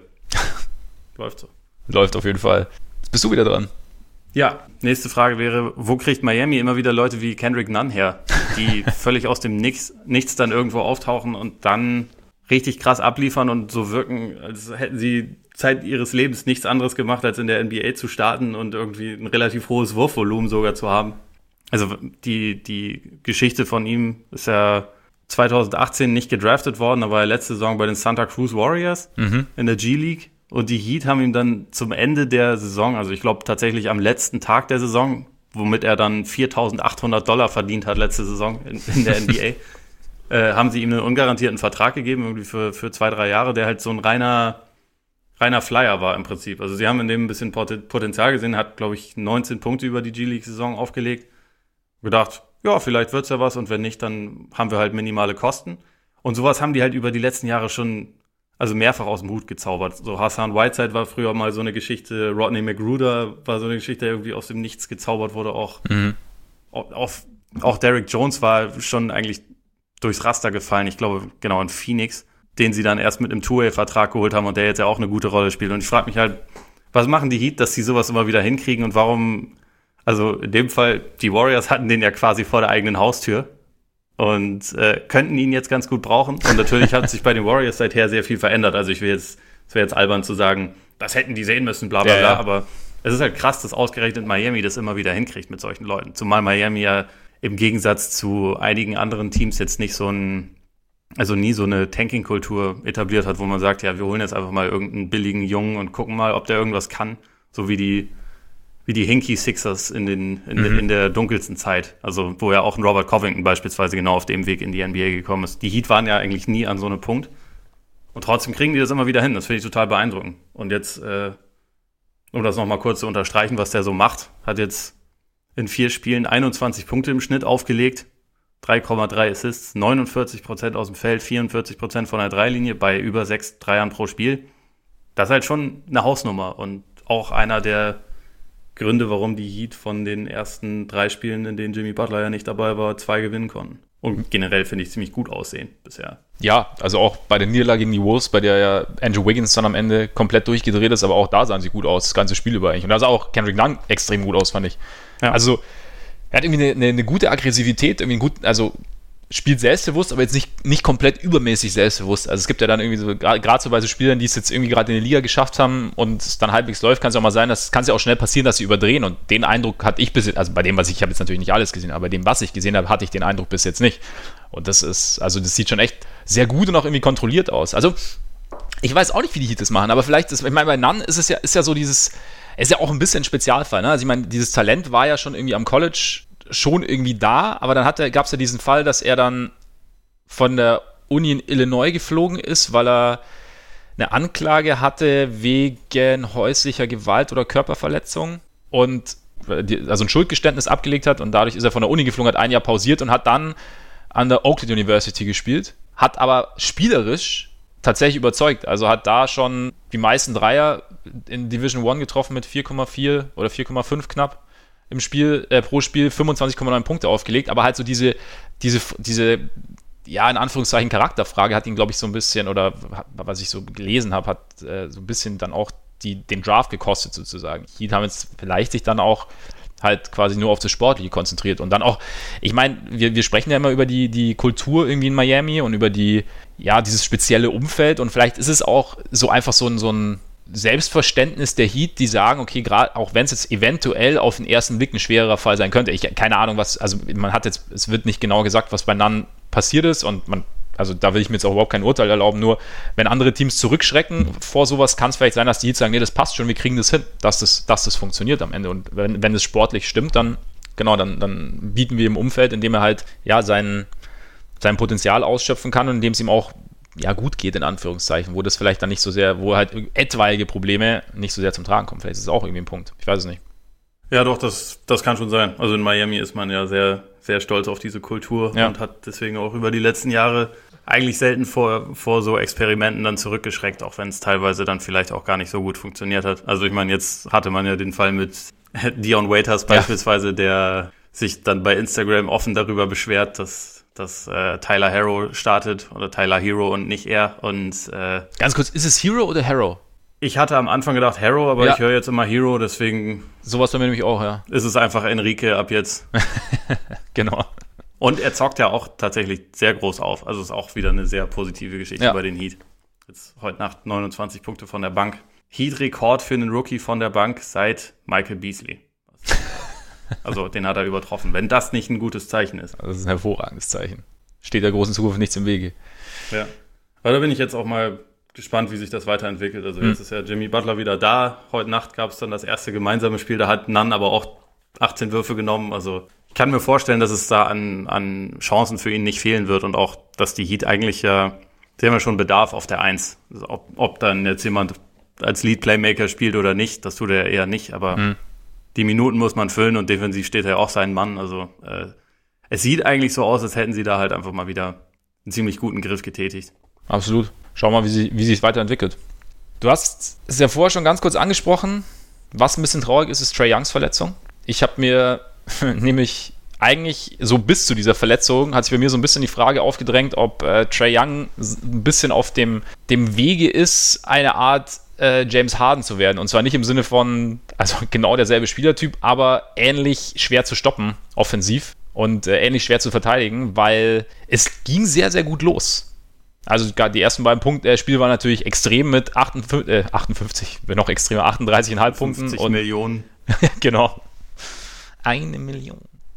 Läuft so. Läuft auf jeden Fall. Jetzt bist du wieder dran. Ja, nächste Frage wäre, wo kriegt Miami immer wieder Leute wie Kendrick Nunn her, die völlig aus dem Nichts, Nichts dann irgendwo auftauchen und dann richtig krass abliefern und so wirken, als hätten sie Zeit ihres Lebens nichts anderes gemacht, als in der N B A zu starten und irgendwie ein relativ hohes Wurfvolumen sogar zu haben. Also die, die Geschichte von ihm ist ja zwanzig achtzehn nicht gedraftet worden, aber letzte Saison bei den Santa Cruz Warriors mhm. in der G-League. Und die Heat haben ihm dann zum Ende der Saison, also ich glaube tatsächlich am letzten Tag der Saison, womit er dann viertausendachthundert Dollar verdient hat letzte Saison in, in der N B A, äh, haben sie ihm einen ungarantierten Vertrag gegeben, irgendwie für, für zwei, drei Jahre, der halt so ein reiner, reiner Flyer war im Prinzip. Also sie haben in dem ein bisschen Potenzial gesehen, hat, glaube ich, neunzehn Punkte über die G-League-Saison aufgelegt. Gedacht, ja, vielleicht wird's ja was und wenn nicht, dann haben wir halt minimale Kosten. Und sowas haben die halt über die letzten Jahre schon also mehrfach aus dem Hut gezaubert. So Hassan Whiteside war früher mal so eine Geschichte, Rodney McGruder war so eine Geschichte, der irgendwie aus dem Nichts gezaubert wurde. Auch, mhm. auch, auch Derrick Jones war schon eigentlich durchs Raster gefallen. Ich glaube, genau, in Phoenix, den sie dann erst mit einem Two-Way-Vertrag geholt haben und der jetzt ja auch eine gute Rolle spielt. Und ich frage mich halt, was machen die Heat, dass sie sowas immer wieder hinkriegen und warum, also in dem Fall, die Warriors hatten den ja quasi vor der eigenen Haustür. und äh, könnten ihn jetzt ganz gut brauchen. Und natürlich hat sich bei den Warriors seither sehr viel verändert. Also ich will jetzt, es wäre jetzt albern zu sagen, das hätten die sehen müssen, bla bla bla, ja, ja. Aber es ist halt krass, dass ausgerechnet Miami das immer wieder hinkriegt mit solchen Leuten. Zumal Miami ja im Gegensatz zu einigen anderen Teams jetzt nicht so ein, also nie so eine Tanking-Kultur etabliert hat, wo man sagt, ja, wir holen jetzt einfach mal irgendeinen billigen Jungen und gucken mal, ob der irgendwas kann. So wie die, wie die Hinky Sixers in den, in, mhm. in der dunkelsten Zeit. Also, wo ja auch ein Robert Covington beispielsweise genau auf dem Weg in die N B A gekommen ist. Die Heat waren ja eigentlich nie an so einem Punkt. Und trotzdem kriegen die das immer wieder hin. Das finde ich total beeindruckend. Und jetzt, äh, um das nochmal kurz zu unterstreichen, was der so macht, hat jetzt in vier Spielen einundzwanzig Punkte im Schnitt aufgelegt, drei Komma drei Assists, neunundvierzig Prozent aus dem Feld, vierundvierzig Prozent von der Dreilinie bei über sechs Dreiern pro Spiel. Das ist halt schon eine Hausnummer und auch einer der Gründe, warum die Heat von den ersten drei Spielen, in denen Jimmy Butler ja nicht dabei war, zwei gewinnen konnten. Und generell finde ich ziemlich gut aussehen bisher. Ja, also auch bei der Niederlage gegen die Wolves, bei der ja Andrew Wiggins dann am Ende komplett durchgedreht ist, aber auch da sahen sie gut aus, das ganze Spiel über eigentlich. Und da sah auch Kendrick Nunn extrem gut aus, fand ich. Ja. Also er hat irgendwie eine, eine gute Aggressivität, irgendwie einen guten, also spielt selbstbewusst, aber jetzt nicht, nicht komplett übermäßig selbstbewusst. Also es gibt ja dann irgendwie so, gerade so bei so Spielern, die es jetzt irgendwie gerade in der Liga geschafft haben und es dann halbwegs läuft, kann es auch mal sein, dass kann es ja auch schnell passieren, dass sie überdrehen und den Eindruck hatte ich bis jetzt, also bei dem, was ich, ich habe jetzt natürlich nicht alles gesehen, aber bei dem, was ich gesehen habe, hatte ich den Eindruck bis jetzt nicht. Und das ist, also das sieht schon echt sehr gut und auch irgendwie kontrolliert aus. Also ich weiß auch nicht, wie die Heat das machen, aber vielleicht, ist, ich meine, bei Nunn ist es ja, ist ja so dieses, ist ja auch ein bisschen ein Spezialfall, ne? Also ich meine, dieses Talent war ja schon irgendwie am College schon irgendwie da, aber dann gab es ja diesen Fall, dass er dann von der Uni in Illinois geflogen ist, weil er eine Anklage hatte wegen häuslicher Gewalt oder Körperverletzung und also ein Schuldgeständnis abgelegt hat und dadurch ist er von der Uni geflogen, hat ein Jahr pausiert und hat dann an der Oakland University gespielt, hat aber spielerisch tatsächlich überzeugt, also hat da schon die meisten Dreier in Division One getroffen mit vier Komma vier oder vier Komma fünf knapp im Spiel, äh, pro Spiel fünfundzwanzig Komma neun Punkte aufgelegt, aber halt so diese, diese, diese, ja, in Anführungszeichen Charakterfrage hat ihn, glaube ich, so ein bisschen, oder was ich so gelesen habe, hat äh, so ein bisschen dann auch die, den Draft gekostet sozusagen. Die haben jetzt vielleicht sich dann auch halt quasi nur auf das Sportliche konzentriert und dann auch, ich meine, wir, wir sprechen ja immer über die, die Kultur irgendwie in Miami und über die, ja, dieses spezielle Umfeld und vielleicht ist es auch so einfach so ein, so ein Selbstverständnis der Heat, die sagen, okay, gerade auch wenn es jetzt eventuell auf den ersten Blick ein schwererer Fall sein könnte, ich keine Ahnung, was, also man hat jetzt, es wird nicht genau gesagt, was bei Nunn passiert ist und man, also da will ich mir jetzt auch überhaupt kein Urteil erlauben, nur wenn andere Teams zurückschrecken vor sowas, kann es vielleicht sein, dass die Heat sagen, nee, das passt schon, wir kriegen das hin, dass das, dass das funktioniert am Ende und wenn, wenn es sportlich stimmt, dann genau, dann, dann bieten wir ihm Umfeld, in dem er halt, ja, sein, sein Potenzial ausschöpfen kann und in dem es ihm auch ja, gut geht, in Anführungszeichen, wo das vielleicht dann nicht so sehr, wo halt etwaige Probleme nicht so sehr zum Tragen kommen. Vielleicht ist es auch irgendwie ein Punkt. Ich weiß es nicht. Ja, doch, das, das kann schon sein. Also in Miami ist man ja sehr, sehr stolz auf diese Kultur ja. und hat deswegen auch über die letzten Jahre eigentlich selten vor, vor so Experimenten dann zurückgeschreckt, auch wenn es teilweise dann vielleicht auch gar nicht so gut funktioniert hat. Also ich meine, jetzt hatte man ja den Fall mit Dion Waiters beispielsweise, ja. der sich dann bei Instagram offen darüber beschwert, dass dass äh, Tyler Hero startet oder Tyler Hero und nicht er. Und äh, ganz kurz, ist es Hero oder Hero? Ich hatte am Anfang gedacht Hero, aber ja. ich höre jetzt immer Hero, deswegen sowas bei mir nämlich auch, ja. Ist es einfach Enrique ab jetzt. Genau. Und er zockt ja auch tatsächlich sehr groß auf. Also ist auch wieder eine sehr positive Geschichte ja. bei den Heat. Jetzt heute Nacht neunundzwanzig Punkte von der Bank. Heat-Rekord für einen Rookie von der Bank seit Michael Beasley. Also den hat er übertroffen, wenn das nicht ein gutes Zeichen ist. Das ist ein hervorragendes Zeichen. Steht der großen Zukunft nichts im Wege. Ja, aber da bin ich jetzt auch mal gespannt, wie sich das weiterentwickelt. Also jetzt hm. ist ja Jimmy Butler wieder da. Heute Nacht gab es dann das erste gemeinsame Spiel. Da hat Nunn aber auch achtzehn Würfe genommen. Also ich kann mir vorstellen, dass es da an, an Chancen für ihn nicht fehlen wird. Und auch, dass die Heat eigentlich ja, sie haben ja schon Bedarf auf der Eins. Also ob, ob dann jetzt jemand als Lead-Playmaker spielt oder nicht, das tut er eher nicht. Aber hm. die Minuten muss man füllen und defensiv steht er auch sein Mann. Also äh, es sieht eigentlich so aus, als hätten sie da halt einfach mal wieder einen ziemlich guten Griff getätigt. Absolut. Schau mal, wie sie, wie sich weiterentwickelt. Du hast es ja vorher schon ganz kurz angesprochen. Was ein bisschen traurig ist, ist Trae Youngs Verletzung. Ich habe mir nämlich eigentlich so bis zu dieser Verletzung hat sich bei mir so ein bisschen die Frage aufgedrängt, ob äh, Trae Young ein bisschen auf dem, dem Wege ist, eine Art äh, James Harden zu werden. Und zwar nicht im Sinne von, also genau derselbe Spielertyp, aber ähnlich schwer zu stoppen, offensiv. und äh, ähnlich schwer zu verteidigen, weil es ging sehr, sehr gut los. Also die ersten beiden Punkte, äh, Spiele waren natürlich extrem mit achtundfünfzig, äh, achtundfünfzig, noch extremer, achtunddreißig Komma fünf Punkten. fünfzig und Millionen. Genau. Eine Million.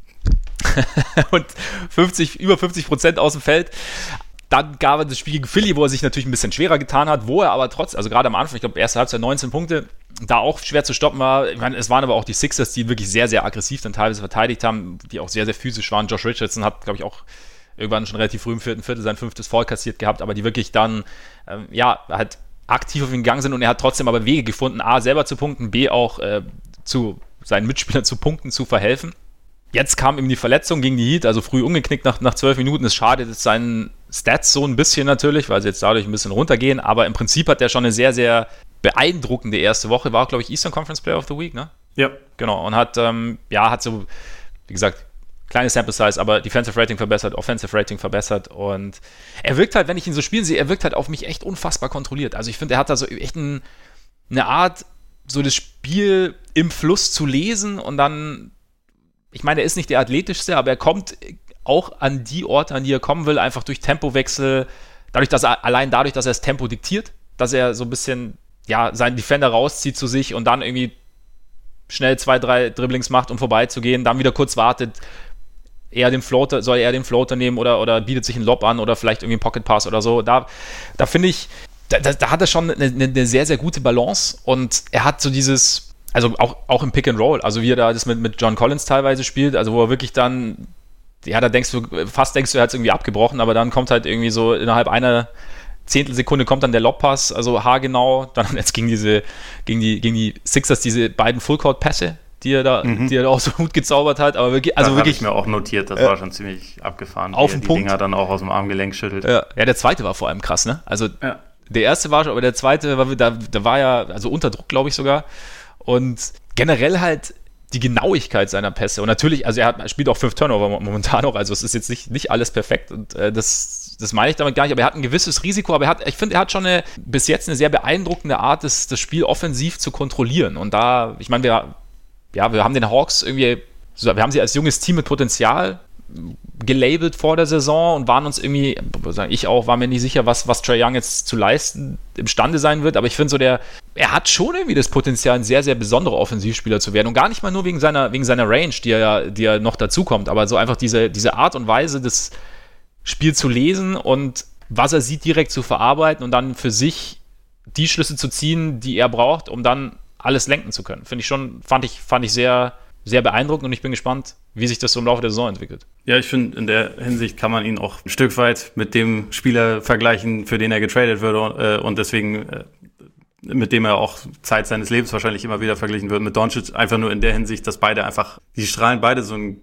Und fünfzig, über fünfzig Prozent aus dem Feld. Dann gab es das Spiel gegen Philly, wo er sich natürlich ein bisschen schwerer getan hat, wo er aber trotz, also gerade am Anfang, ich glaube, erste Halbzeit neunzehn Punkte, da auch schwer zu stoppen war. Ich meine, es waren aber auch die Sixers, die wirklich sehr, sehr aggressiv dann teilweise verteidigt haben, die auch sehr, sehr physisch waren. Josh Richardson hat, glaube ich, auch irgendwann schon relativ früh im vierten Viertel sein fünftes Foul kassiert gehabt, aber die wirklich dann, ähm, ja, halt aktiv auf ihn gegangen sind und er hat trotzdem aber Wege gefunden, A, selber zu punkten, B, auch äh, zu seinen Mitspielern zu punkten, zu verhelfen. Jetzt kam ihm die Verletzung gegen die Heat, also früh umgeknickt nach, nach zwölf Minuten. Es schadet jetzt seinen Stats so ein bisschen natürlich, weil sie jetzt dadurch ein bisschen runtergehen, aber im Prinzip hat er schon eine sehr, sehr beeindruckende erste Woche, war auch, glaube ich, Eastern Conference Player of the Week, ne? Ja. Genau, und hat, ähm, ja, hat so, wie gesagt, kleine Sample Size, aber Defensive Rating verbessert, Offensive Rating verbessert und er wirkt halt, wenn ich ihn so spielen sehe, er wirkt halt auf mich echt unfassbar kontrolliert. Also ich finde, er hat da so echt ein, eine Art, so das Spiel im Fluss zu lesen und dann, ich meine, er ist nicht der athletischste, aber er kommt auch an die Orte, an die er kommen will, einfach durch Tempowechsel, dadurch, dass er, allein dadurch, dass er das Tempo diktiert, dass er so ein bisschen, ja, seinen Defender rauszieht zu sich und dann irgendwie schnell zwei, drei Dribblings macht, um vorbeizugehen, dann wieder kurz wartet, eher den Floater, soll er den Floater nehmen oder, oder bietet sich einen Lob an oder vielleicht irgendwie einen Pocket Pass oder so. Da, da finde ich, da, da hat er schon eine, eine sehr, sehr gute Balance und er hat so dieses, also auch, auch im Pick and Roll, also wie er da das mit, mit John Collins teilweise spielt, also wo er wirklich dann, ja, da denkst du, fast denkst du, er hat es irgendwie abgebrochen, aber dann kommt halt irgendwie so innerhalb einer Zehntelsekunde kommt dann der Lobpass, also haargenau, dann jetzt gegen diese, gegen die, gegen die Sixers diese beiden Full-Court-Pässe, die er da, mhm. die er da auch so gut gezaubert hat, aber wirklich, also das wirklich. Das habe ich mir auch notiert, das äh, war schon ziemlich abgefahren, auf wie er den die Punkt. Dinger dann auch aus dem Armgelenk schüttelt. Ja, ja, der zweite war vor allem krass, ne? Also ja. Der erste war schon, aber der zweite war, da, da war ja, also unter Druck, glaube ich sogar. Und generell halt die Genauigkeit seiner Pässe. Und natürlich, also er, hat, er spielt auch fünf Turnover momentan noch, also es ist jetzt nicht, nicht alles perfekt und äh, das, das meine ich damit gar nicht, aber er hat ein gewisses Risiko, aber er hat, ich finde, er hat schon eine, bis jetzt eine sehr beeindruckende Art, das, das Spiel offensiv zu kontrollieren. Und da, ich meine, wir, ja, wir haben den Hawks irgendwie, wir haben sie als junges Team mit Potenzial gelabelt vor der Saison und waren uns irgendwie, ich auch, war mir nicht sicher, was, was Trae Young jetzt zu leisten imstande sein wird, aber ich finde so, der, er hat schon irgendwie das Potenzial, ein sehr, sehr besonderer Offensivspieler zu werden und gar nicht mal nur wegen seiner, wegen seiner Range, die er, die er noch dazu kommt, aber so einfach diese, diese Art und Weise, das Spiel zu lesen und was er sieht, direkt zu verarbeiten und dann für sich die Schlüsse zu ziehen, die er braucht, um dann alles lenken zu können. Finde ich schon, fand ich, fand ich sehr, sehr beeindruckend und ich bin gespannt, wie sich das so im Laufe der Saison entwickelt. Ja, ich finde, in der Hinsicht kann man ihn auch ein Stück weit mit dem Spieler vergleichen, für den er getradet würde und deswegen mit dem er auch Zeit seines Lebens wahrscheinlich immer wieder verglichen wird mit Doncic, einfach nur in der Hinsicht, dass beide einfach, die strahlen beide so ein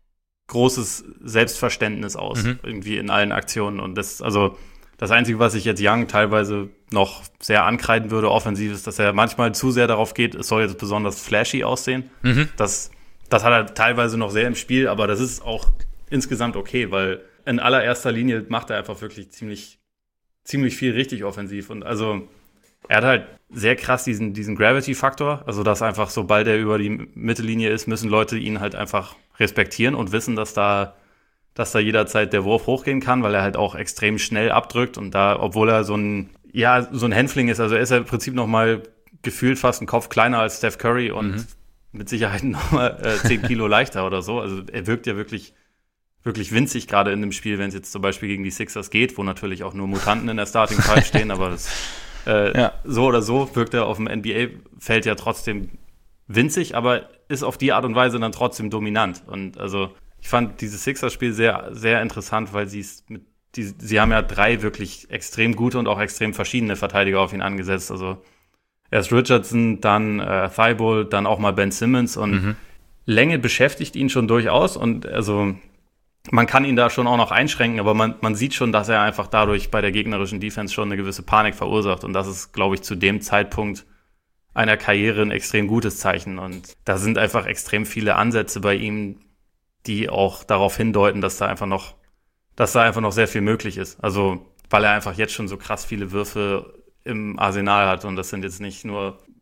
großes Selbstverständnis aus, mhm. irgendwie in allen Aktionen und das, also das Einzige, was ich jetzt Young teilweise noch sehr ankreiden würde, offensiv, ist, dass er manchmal zu sehr darauf geht, es soll jetzt besonders flashy aussehen. Mhm. Das, das hat er teilweise noch sehr im Spiel, aber das ist auch insgesamt okay, weil in allererster Linie macht er einfach wirklich ziemlich, ziemlich viel richtig offensiv. Und also er hat halt sehr krass diesen, diesen Gravity-Faktor, also dass einfach, sobald er über die Mittellinie ist, müssen Leute ihn halt einfach respektieren und wissen, dass da dass da jederzeit der Wurf hochgehen kann, weil er halt auch extrem schnell abdrückt und da, obwohl er so ein, ja, so ein Hänfling ist, also er ist ja im Prinzip noch mal gefühlt fast einen Kopf kleiner als Steph Curry und mhm. mit Sicherheit noch mal äh, zehn Kilo leichter oder so. Also er wirkt ja wirklich, wirklich winzig gerade in dem Spiel, wenn es jetzt zum Beispiel gegen die Sixers geht, wo natürlich auch nur Mutanten in der Starting Five stehen, aber das, äh, ja. so oder so wirkt er auf dem N B A-Feld ja trotzdem winzig, aber ist auf die Art und Weise dann trotzdem dominant und also ich fand dieses Sixers-Spiel sehr, sehr interessant, weil sie es mit, die, sie haben ja drei wirklich extrem gute und auch extrem verschiedene Verteidiger auf ihn angesetzt. Also erst Richardson, dann äh, Thibault, dann auch mal Ben Simmons und mhm. Länge beschäftigt ihn schon durchaus und also man kann ihn da schon auch noch einschränken, aber man, man sieht schon, dass er einfach dadurch bei der gegnerischen Defense schon eine gewisse Panik verursacht und das ist, glaube ich, zu dem Zeitpunkt einer Karriere ein extrem gutes Zeichen und da sind einfach extrem viele Ansätze bei ihm, die auch darauf hindeuten, dass da einfach noch, dass da einfach noch sehr viel möglich ist. Also, weil er einfach jetzt schon so krass viele Würfe im Arsenal hat und das sind jetzt nicht nur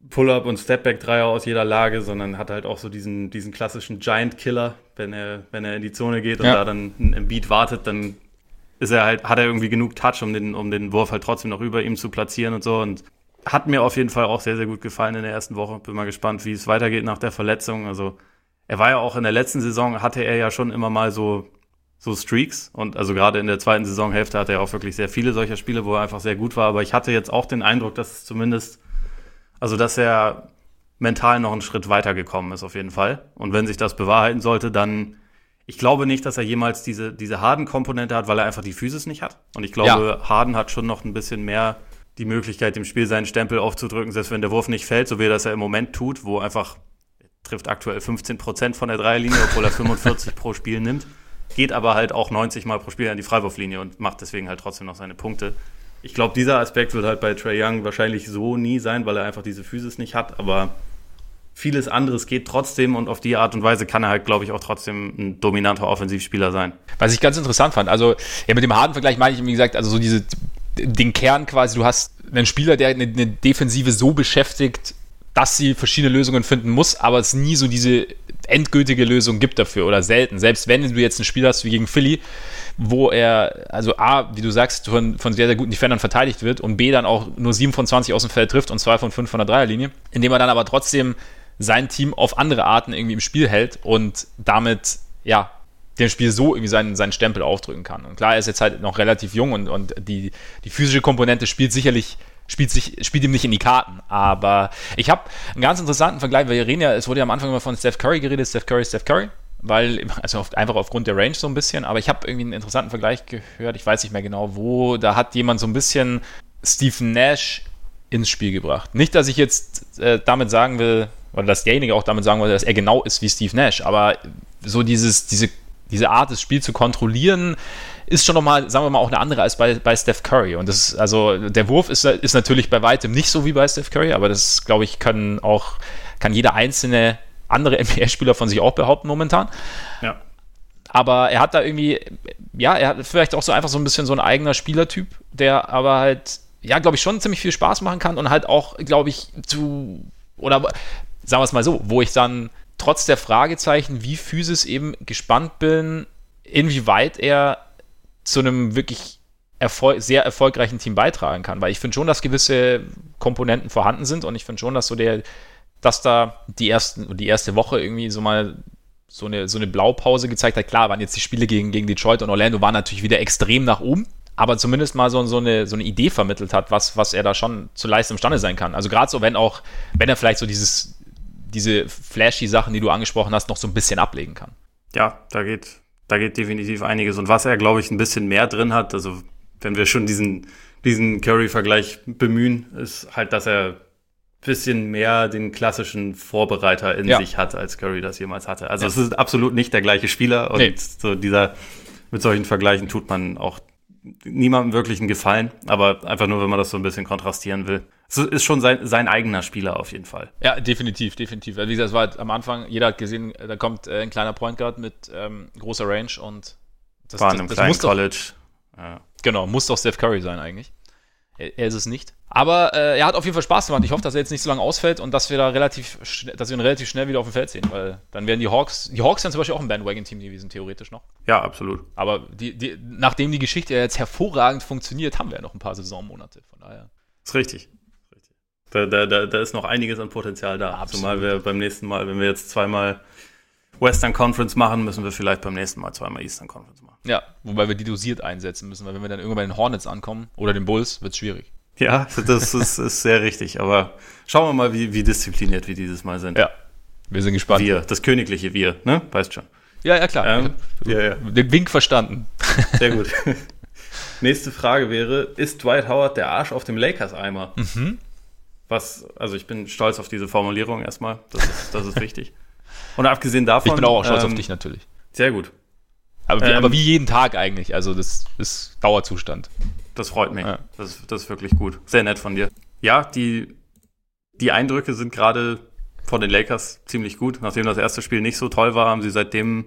Pull-Up- und Stepback-Dreier aus jeder Lage, sondern hat halt auch so diesen, diesen klassischen Giant-Killer, wenn er, wenn er in die Zone geht und ja. da dann ein Embiid wartet, dann ist er halt, hat er irgendwie genug Touch, um den, um den Wurf halt trotzdem noch über ihm zu platzieren und so. Und hat mir auf jeden Fall auch sehr, sehr gut gefallen in der ersten Woche. Bin mal gespannt, wie es weitergeht nach der Verletzung. Also er war ja auch in der letzten Saison, hatte er ja schon immer mal so, so Streaks. Und also gerade in der zweiten Saisonhälfte hatte er auch wirklich sehr viele solcher Spiele, wo er einfach sehr gut war. Aber ich hatte jetzt auch den Eindruck, dass es zumindest, also dass er mental noch einen Schritt weitergekommen ist auf jeden Fall. Und wenn sich das bewahrheiten sollte, dann, ich glaube nicht, dass er jemals diese, diese Harden-Komponente hat, weil er einfach die Physis nicht hat. Und ich glaube, ja. Harden hat schon noch ein bisschen mehr die Möglichkeit, dem Spiel seinen Stempel aufzudrücken, selbst wenn der Wurf nicht fällt, so wie er das ja im Moment tut, wo einfach, er trifft aktuell fünfzehn Prozent von der Dreierlinie, obwohl er fünfundvierzig pro Spiel nimmt, geht aber halt auch neunzig Mal pro Spiel an die Freiwurflinie und macht deswegen halt trotzdem noch seine Punkte. Ich glaube, dieser Aspekt wird halt bei Trae Young wahrscheinlich so nie sein, weil er einfach diese Physis nicht hat, aber vieles anderes geht trotzdem und auf die Art und Weise kann er halt, glaube ich, auch trotzdem ein dominanter Offensivspieler sein. Was ich ganz interessant fand, also ja, mit dem Harden-Vergleich meine ich, wie gesagt, also so diese den Kern quasi, du hast einen Spieler, der eine, eine Defensive so beschäftigt, dass sie verschiedene Lösungen finden muss, aber es nie so diese endgültige Lösung gibt dafür oder selten. Selbst wenn du jetzt ein Spiel hast wie gegen Philly, wo er, also A, wie du sagst, von, von sehr, sehr guten Defendern verteidigt wird und B, dann auch nur sieben von zwanzig aus dem Feld trifft und zwei von fünf von der Dreierlinie, indem er dann aber trotzdem sein Team auf andere Arten irgendwie im Spiel hält und damit, ja, dem Spiel so irgendwie seinen, seinen Stempel aufdrücken kann. Und klar, er ist jetzt halt noch relativ jung und, und die, die physische Komponente spielt sicherlich, spielt, sich, spielt ihm nicht in die Karten. Aber ich habe einen ganz interessanten Vergleich, weil wir reden ja, es wurde ja am Anfang immer von Steph Curry geredet, Steph Curry, Steph Curry, weil, also oft, einfach aufgrund der Range so ein bisschen, aber ich habe irgendwie einen interessanten Vergleich gehört, ich weiß nicht mehr genau wo, da hat jemand so ein bisschen Steve Nash ins Spiel gebracht. Nicht, dass ich jetzt äh, damit sagen will, oder dass derjenige auch damit sagen will, dass er genau ist wie Steve Nash, aber so dieses, diese diese Art, das Spiel zu kontrollieren, ist schon nochmal, sagen wir mal, auch eine andere als bei, bei Steph Curry. Und das ist, also der Wurf ist, ist natürlich bei weitem nicht so wie bei Steph Curry, aber das, glaube ich, kann auch, kann jeder einzelne andere N B A-Spieler von sich auch behaupten momentan. Ja. Aber er hat da irgendwie, ja, er hat vielleicht auch so einfach so ein bisschen so ein eigener Spielertyp, der aber halt, ja, glaube ich, schon ziemlich viel Spaß machen kann und halt auch, glaube ich, zu, oder sagen wir es mal so, wo ich dann trotz der Fragezeichen, wie Physis eben gespannt bin, inwieweit er zu einem wirklich Erfolg, sehr erfolgreichen Team beitragen kann. Weil ich finde schon, dass gewisse Komponenten vorhanden sind und ich finde schon, dass so der, dass da die ersten, die erste Woche irgendwie so mal so eine, so eine Blaupause gezeigt hat. Klar, waren jetzt die Spiele gegen, gegen Detroit und Orlando waren natürlich wieder extrem nach oben, aber zumindest mal so, so, eine, so eine Idee vermittelt hat, was, was er da schon zu leisten imstande sein kann. Also gerade so, wenn auch, wenn er vielleicht so dieses diese flashy Sachen, die du angesprochen hast, noch so ein bisschen ablegen kann. Ja, da geht, da geht definitiv einiges. Und was er, glaube ich, ein bisschen mehr drin hat, also wenn wir schon diesen, diesen Curry-Vergleich bemühen, ist halt, dass er ein bisschen mehr den klassischen Vorbereiter in ja. sich hat, als Curry das jemals hatte. Also ja. es ist absolut nicht der gleiche Spieler und nee. so dieser, mit solchen Vergleichen tut man auch niemandem wirklich einen Gefallen, aber einfach nur, wenn man das so ein bisschen kontrastieren will. Es ist schon sein, sein eigener Spieler auf jeden Fall. Ja, definitiv, definitiv. Wie gesagt, es war halt am Anfang, jeder hat gesehen, da kommt äh, ein kleiner Point Guard mit ähm, großer Range und das, war in einem das, das kleinen muss College. Doch, ja. Genau, muss doch Steph Curry sein eigentlich. Er, er ist es nicht. Aber äh, er hat auf jeden Fall Spaß gemacht. Ich hoffe, dass er jetzt nicht so lange ausfällt und dass wir da relativ, schn- dass wir ihn relativ schnell wieder auf dem Feld sehen, weil dann werden die Hawks, die Hawks sind zum Beispiel auch ein Bandwagon-Team gewesen, theoretisch noch. Ja, absolut. Aber die, die, nachdem die Geschichte jetzt hervorragend funktioniert, haben wir ja noch ein paar Saisonmonate, von daher. Das ist richtig. Da, da, da, da ist noch einiges an Potenzial da. Absolut. Zumal wir beim nächsten Mal, wenn wir jetzt zweimal Western Conference machen, müssen wir vielleicht beim nächsten Mal zweimal Eastern Conference machen. Ja, wobei wir die dosiert einsetzen müssen, weil wenn wir dann irgendwann bei den Hornets ankommen oder den Bulls, wird es schwierig. Ja, das ist, ist sehr richtig. Aber schauen wir mal, wie, wie diszipliniert wir dieses Mal sind. Ja, wir sind gespannt. Wir, das königliche Wir, ne? Weißt schon. Ja, ja, klar. Ähm, ja, ja. Den Wink verstanden. Sehr gut. Nächste Frage wäre, ist Dwight Howard der Arsch auf dem Lakers-Eimer? Mhm. Was, also ich bin stolz auf diese Formulierung erstmal. Das ist, das ist wichtig. Und abgesehen davon. Ich bin auch stolz ähm, auf dich natürlich. Sehr gut. Aber wie, ähm, aber wie jeden Tag eigentlich. Also das ist Dauerzustand. Das freut mich. Ja. Das, das ist wirklich gut. Sehr nett von dir. Ja, die, die Eindrücke sind gerade von den Lakers ziemlich gut. Nachdem das erste Spiel nicht so toll war, haben sie seitdem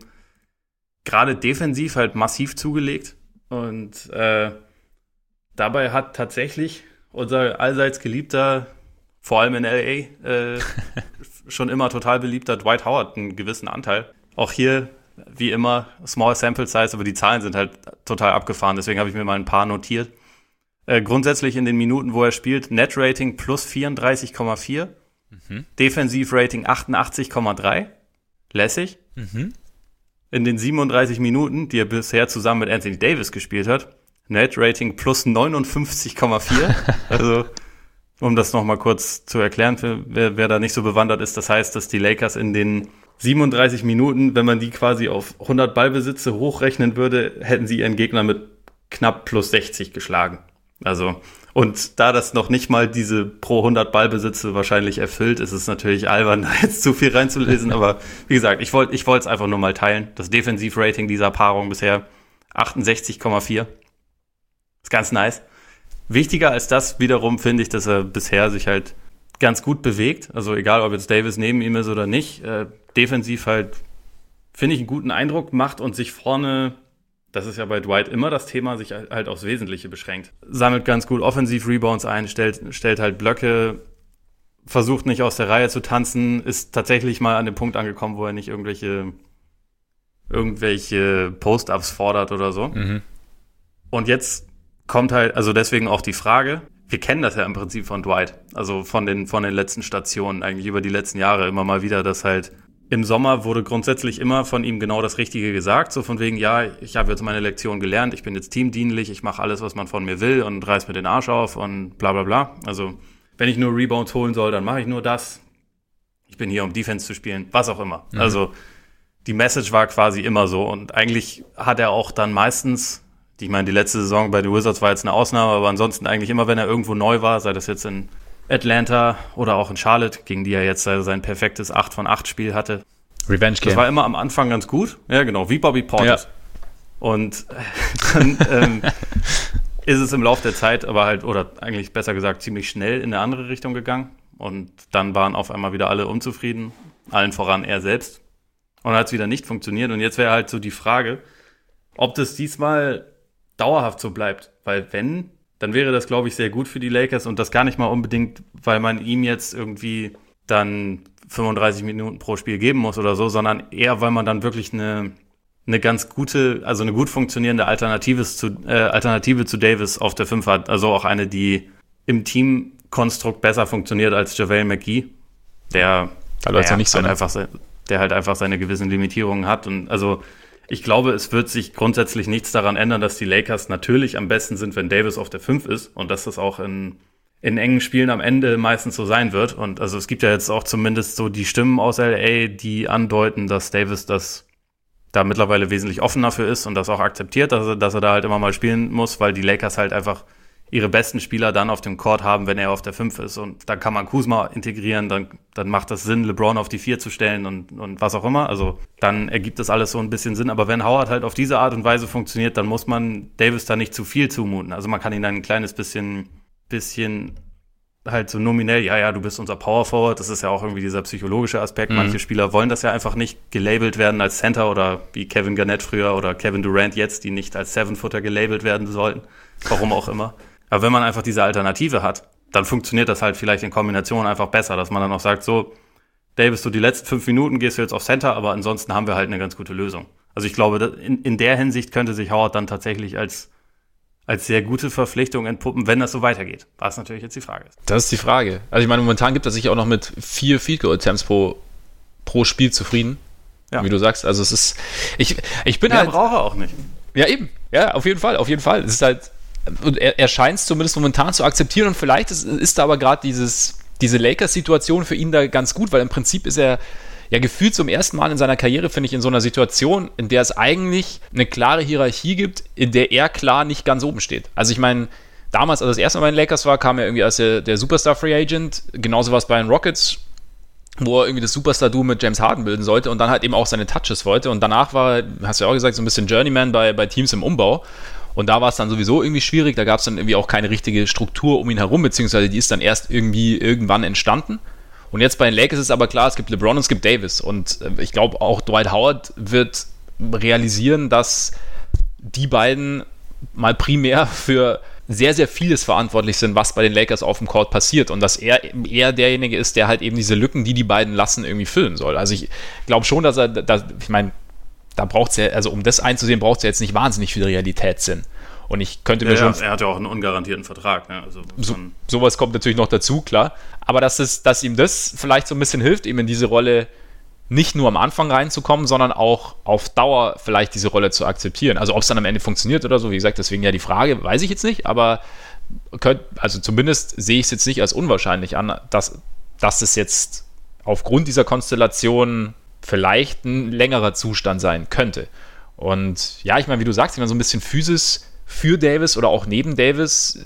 gerade defensiv halt massiv zugelegt. Und äh, dabei hat tatsächlich unser allseits geliebter vor allem in L A, äh, schon immer total beliebter Dwight Howard einen gewissen Anteil. Auch hier, wie immer, small sample size, aber die Zahlen sind halt total abgefahren, deswegen habe ich mir mal ein paar notiert. Äh, grundsätzlich in den Minuten, wo er spielt, Net-Rating plus vierunddreißig Komma vier, mhm. Defensiv-Rating achtundachtzig Komma drei, lässig. Mhm. In den siebenunddreißig Minuten, die er bisher zusammen mit Anthony Davis gespielt hat, Net-Rating plus neunundfünfzig Komma vier, also um das nochmal kurz zu erklären, für wer, wer da nicht so bewandert ist, das heißt, dass die Lakers in den siebenunddreißig Minuten, wenn man die quasi auf hundert Ballbesitze hochrechnen würde, hätten sie ihren Gegner mit knapp plus sechzig geschlagen. Also, und da das noch nicht mal diese pro hundert Ballbesitze wahrscheinlich erfüllt, ist es natürlich albern, da jetzt zu viel reinzulesen, aber wie gesagt, ich wollte ich wollte es einfach nur mal teilen. Das Defensivrating dieser Paarung bisher achtundsechzig Komma vier. Ist ganz nice. Wichtiger als das wiederum finde ich, dass er bisher sich halt ganz gut bewegt. Also egal, ob jetzt Davis neben ihm ist oder nicht. Äh, defensiv halt, finde ich, einen guten Eindruck macht und sich vorne, das ist ja bei Dwight immer das Thema, sich halt aufs Wesentliche beschränkt. Sammelt ganz gut Offensiv-Rebounds ein, stellt, stellt halt Blöcke, versucht nicht aus der Reihe zu tanzen, ist tatsächlich mal an dem Punkt angekommen, wo er nicht irgendwelche, irgendwelche Post-Ups fordert oder so. Mhm. Und jetzt kommt halt, also deswegen auch die Frage, wir kennen das ja im Prinzip von Dwight, also von den, von den letzten Stationen, eigentlich über die letzten Jahre immer mal wieder, dass halt im Sommer wurde grundsätzlich immer von ihm genau das Richtige gesagt, so von wegen, ja, ich habe jetzt meine Lektion gelernt, ich bin jetzt teamdienlich, ich mache alles, was man von mir will und reiß mir den Arsch auf und bla bla bla. Also wenn ich nur Rebounds holen soll, dann mache ich nur das. Ich bin hier, um Defense zu spielen, was auch immer. Mhm. Also die Message war quasi immer so und eigentlich hat er auch dann meistens, ich meine, die letzte Saison bei den Wizards war jetzt eine Ausnahme, aber ansonsten eigentlich immer, wenn er irgendwo neu war, sei das jetzt in Atlanta oder auch in Charlotte, gegen die er jetzt sein perfektes acht von acht Spiel hatte. Revenge Game. Das war immer am Anfang ganz gut. Ja, genau, wie Bobby Portis. Ja. Und dann ähm, ist es im Laufe der Zeit aber halt, oder eigentlich besser gesagt, ziemlich schnell in eine andere Richtung gegangen. Und dann waren auf einmal wieder alle unzufrieden, allen voran er selbst. Und dann hat es wieder nicht funktioniert. Und jetzt wäre halt so die Frage, ob das diesmal dauerhaft so bleibt. Weil wenn, dann wäre das, glaube ich, sehr gut für die Lakers und das gar nicht mal unbedingt, weil man ihm jetzt irgendwie dann fünfunddreißig Minuten pro Spiel geben muss oder so, sondern eher, weil man dann wirklich eine, eine ganz gute, also eine gut funktionierende Alternative zu, äh, Alternative zu Davis auf der fünf hat. Also auch eine, die im Teamkonstrukt besser funktioniert als JaVale McGee, der, also ja nicht so, halt ne? einfach, der halt einfach seine gewissen Limitierungen hat. Und also ich glaube, es wird sich grundsätzlich nichts daran ändern, dass die Lakers natürlich am besten sind, wenn Davis auf der fünf ist und dass das auch in, in engen Spielen am Ende meistens so sein wird. Und also es gibt ja jetzt auch zumindest so die Stimmen aus L A, die andeuten, dass Davis das da mittlerweile wesentlich offener für ist und das auch akzeptiert, dass er, dass er da halt immer mal spielen muss, weil die Lakers halt einfach ihre besten Spieler dann auf dem Court haben, wenn er auf der fünf ist. Und dann kann man Kuzma integrieren, dann, dann macht das Sinn, LeBron auf die vier zu stellen und, und was auch immer. Also dann ergibt das alles so ein bisschen Sinn. Aber wenn Howard halt auf diese Art und Weise funktioniert, dann muss man Davis da nicht zu viel zumuten. Also man kann ihn dann ein kleines bisschen, bisschen halt so nominell, ja, ja, du bist unser Power Forward. Das ist ja auch irgendwie dieser psychologische Aspekt. Mhm. Manche Spieler wollen das ja einfach nicht gelabelt werden als Center oder wie Kevin Garnett früher oder Kevin Durant jetzt, die nicht als Seven-Footer gelabelt werden sollten. Warum auch immer. Aber wenn man einfach diese Alternative hat, dann funktioniert das halt vielleicht in Kombination einfach besser, dass man dann auch sagt, so, Davis, du die letzten fünf Minuten gehst du jetzt auf Center, aber ansonsten haben wir halt eine ganz gute Lösung. Also ich glaube, in, in der Hinsicht könnte sich Howard dann tatsächlich als, als sehr gute Verpflichtung entpuppen, wenn das so weitergeht. Was natürlich jetzt die Frage ist. Das ist die Frage. Also ich meine, momentan gibt er sich auch noch mit vier Field Goal Attempts pro, pro Spiel zufrieden, ja. Wie du sagst. Also es ist, ich, ich bin Mehr halt... braucht er auch nicht. Ja, eben. Ja, auf jeden Fall, auf jeden Fall. Es ist halt... Und er, er scheint es zumindest momentan zu akzeptieren und vielleicht ist, ist da aber gerade dieses diese Lakers-Situation für ihn da ganz gut, weil im Prinzip ist er ja gefühlt zum ersten Mal in seiner Karriere, finde ich, in so einer Situation, in der es eigentlich eine klare Hierarchie gibt, in der er klar nicht ganz oben steht. Also ich meine, damals, als das erste Mal bei den Lakers war, kam er irgendwie als der, der Superstar-Free Agent, genauso war es bei den Rockets, wo er irgendwie das Superstar-Duo mit James Harden bilden sollte und dann halt eben auch seine Touches wollte und danach war, hast du ja auch gesagt, so ein bisschen Journeyman bei, bei Teams im Umbau. Und da war es dann sowieso irgendwie schwierig, da gab es dann irgendwie auch keine richtige Struktur um ihn herum, beziehungsweise die ist dann erst irgendwie irgendwann entstanden. Und jetzt bei den Lakers ist aber klar, es gibt LeBron und es gibt Davis. Und ich glaube, auch Dwight Howard wird realisieren, dass die beiden mal primär für sehr, sehr vieles verantwortlich sind, was bei den Lakers auf dem Court passiert und dass er eher derjenige ist, der halt eben diese Lücken, die die beiden lassen, irgendwie füllen soll. Also ich glaube schon, dass er, dass, ich meine, da braucht es ja, also um das einzusehen, braucht es ja jetzt nicht wahnsinnig viel Realitätssinn. Und ich könnte mir ja, schon... Ja, er hat ja auch einen ungarantierten Vertrag. Ne? Also so, sowas kommt natürlich noch dazu, klar. Aber dass, es, dass ihm das vielleicht so ein bisschen hilft, eben in diese Rolle nicht nur am Anfang reinzukommen, sondern auch auf Dauer vielleicht diese Rolle zu akzeptieren. Also ob es dann am Ende funktioniert oder so, wie gesagt, deswegen ja die Frage, weiß ich jetzt nicht, aber könnt, also zumindest sehe ich es jetzt nicht als unwahrscheinlich an, dass, dass es jetzt aufgrund dieser Konstellation vielleicht ein längerer Zustand sein könnte. Und ja, ich meine, wie du sagst, ich meine, so ein bisschen Physis für Davis oder auch neben Davis.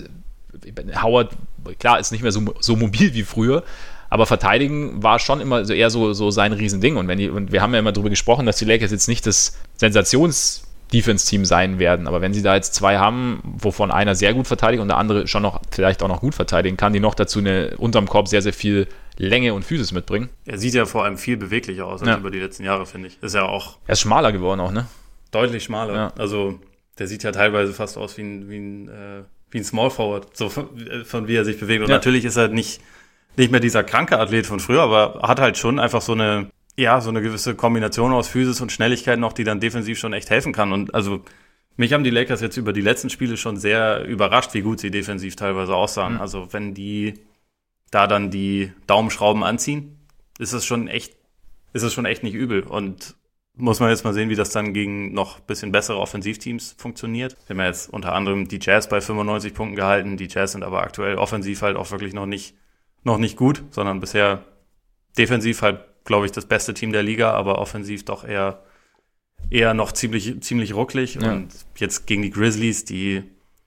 Howard, klar, ist nicht mehr so, so mobil wie früher, aber verteidigen war schon immer so eher so, so sein Riesending. Und, wenn die, und wir haben ja immer darüber gesprochen, dass die Lakers jetzt nicht das Sensations-Defense-Team sein werden. Aber wenn sie da jetzt zwei haben, wovon einer sehr gut verteidigt und der andere schon noch vielleicht auch noch gut verteidigen kann, die noch dazu eine unterm Korb sehr, sehr viel Länge und Physis mitbringen. Er sieht ja vor allem viel beweglicher aus als ja. über die letzten Jahre, finde ich. Ist ja auch... Er ist schmaler geworden auch, ne? Deutlich schmaler. Ja. Also der sieht ja teilweise fast aus wie ein, wie ein, äh, wie ein Small Forward, so von, von wie er sich bewegt. Und ja. natürlich ist er nicht... nicht mehr dieser kranke Athlet von früher, aber hat halt schon einfach so eine, ja, so eine gewisse Kombination aus Physis und Schnelligkeit noch, die dann defensiv schon echt helfen kann. Und also mich haben die Lakers jetzt über die letzten Spiele schon sehr überrascht, wie gut sie defensiv teilweise aussahen. Mhm. Also wenn die da dann die Daumenschrauben anziehen, ist es schon echt, ist es schon echt nicht übel. Und muss man jetzt mal sehen, wie das dann gegen noch ein bisschen bessere Offensivteams funktioniert. Wir haben ja jetzt unter anderem die Jazz bei fünfundneunzig Punkten gehalten. Die Jazz sind aber aktuell offensiv halt auch wirklich noch nicht noch nicht gut, sondern bisher defensiv halt, glaube ich, das beste Team der Liga, aber offensiv doch eher eher noch ziemlich ziemlich rucklig. Ja. Und jetzt gegen die Grizzlies, die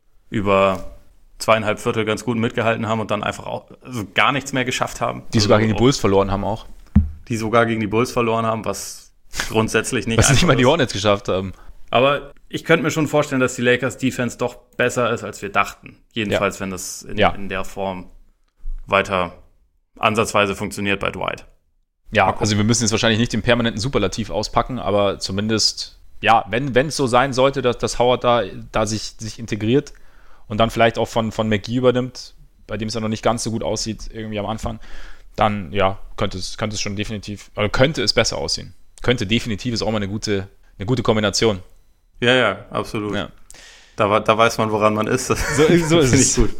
über zweieinhalb Viertel ganz gut mitgehalten haben und dann einfach auch also gar nichts mehr geschafft haben. Die sogar also gegen die Bulls verloren haben auch. Die sogar gegen die Bulls verloren haben, was grundsätzlich nicht was nicht mal die Hornets geschafft haben. Aber ich könnte mir schon vorstellen, dass die Lakers Defense doch besser ist, als wir dachten. Jedenfalls, ja. wenn das in, ja. in der Form weiter ansatzweise funktioniert bei Dwight. Ja, also wir müssen jetzt wahrscheinlich nicht den permanenten Superlativ auspacken, aber zumindest, ja, wenn wenn es so sein sollte, dass, dass Howard da, da sich, sich integriert und dann vielleicht auch von, von McGee übernimmt, bei dem es ja noch nicht ganz so gut aussieht, irgendwie am Anfang, dann, ja, könnte es, könnte es schon definitiv, oder könnte es besser aussehen. Könnte definitiv, ist auch mal eine gute, eine gute Kombination. Ja, ja, absolut. Ja. Da, da weiß man, woran man ist. Das so, so ist es. Finde ich gut.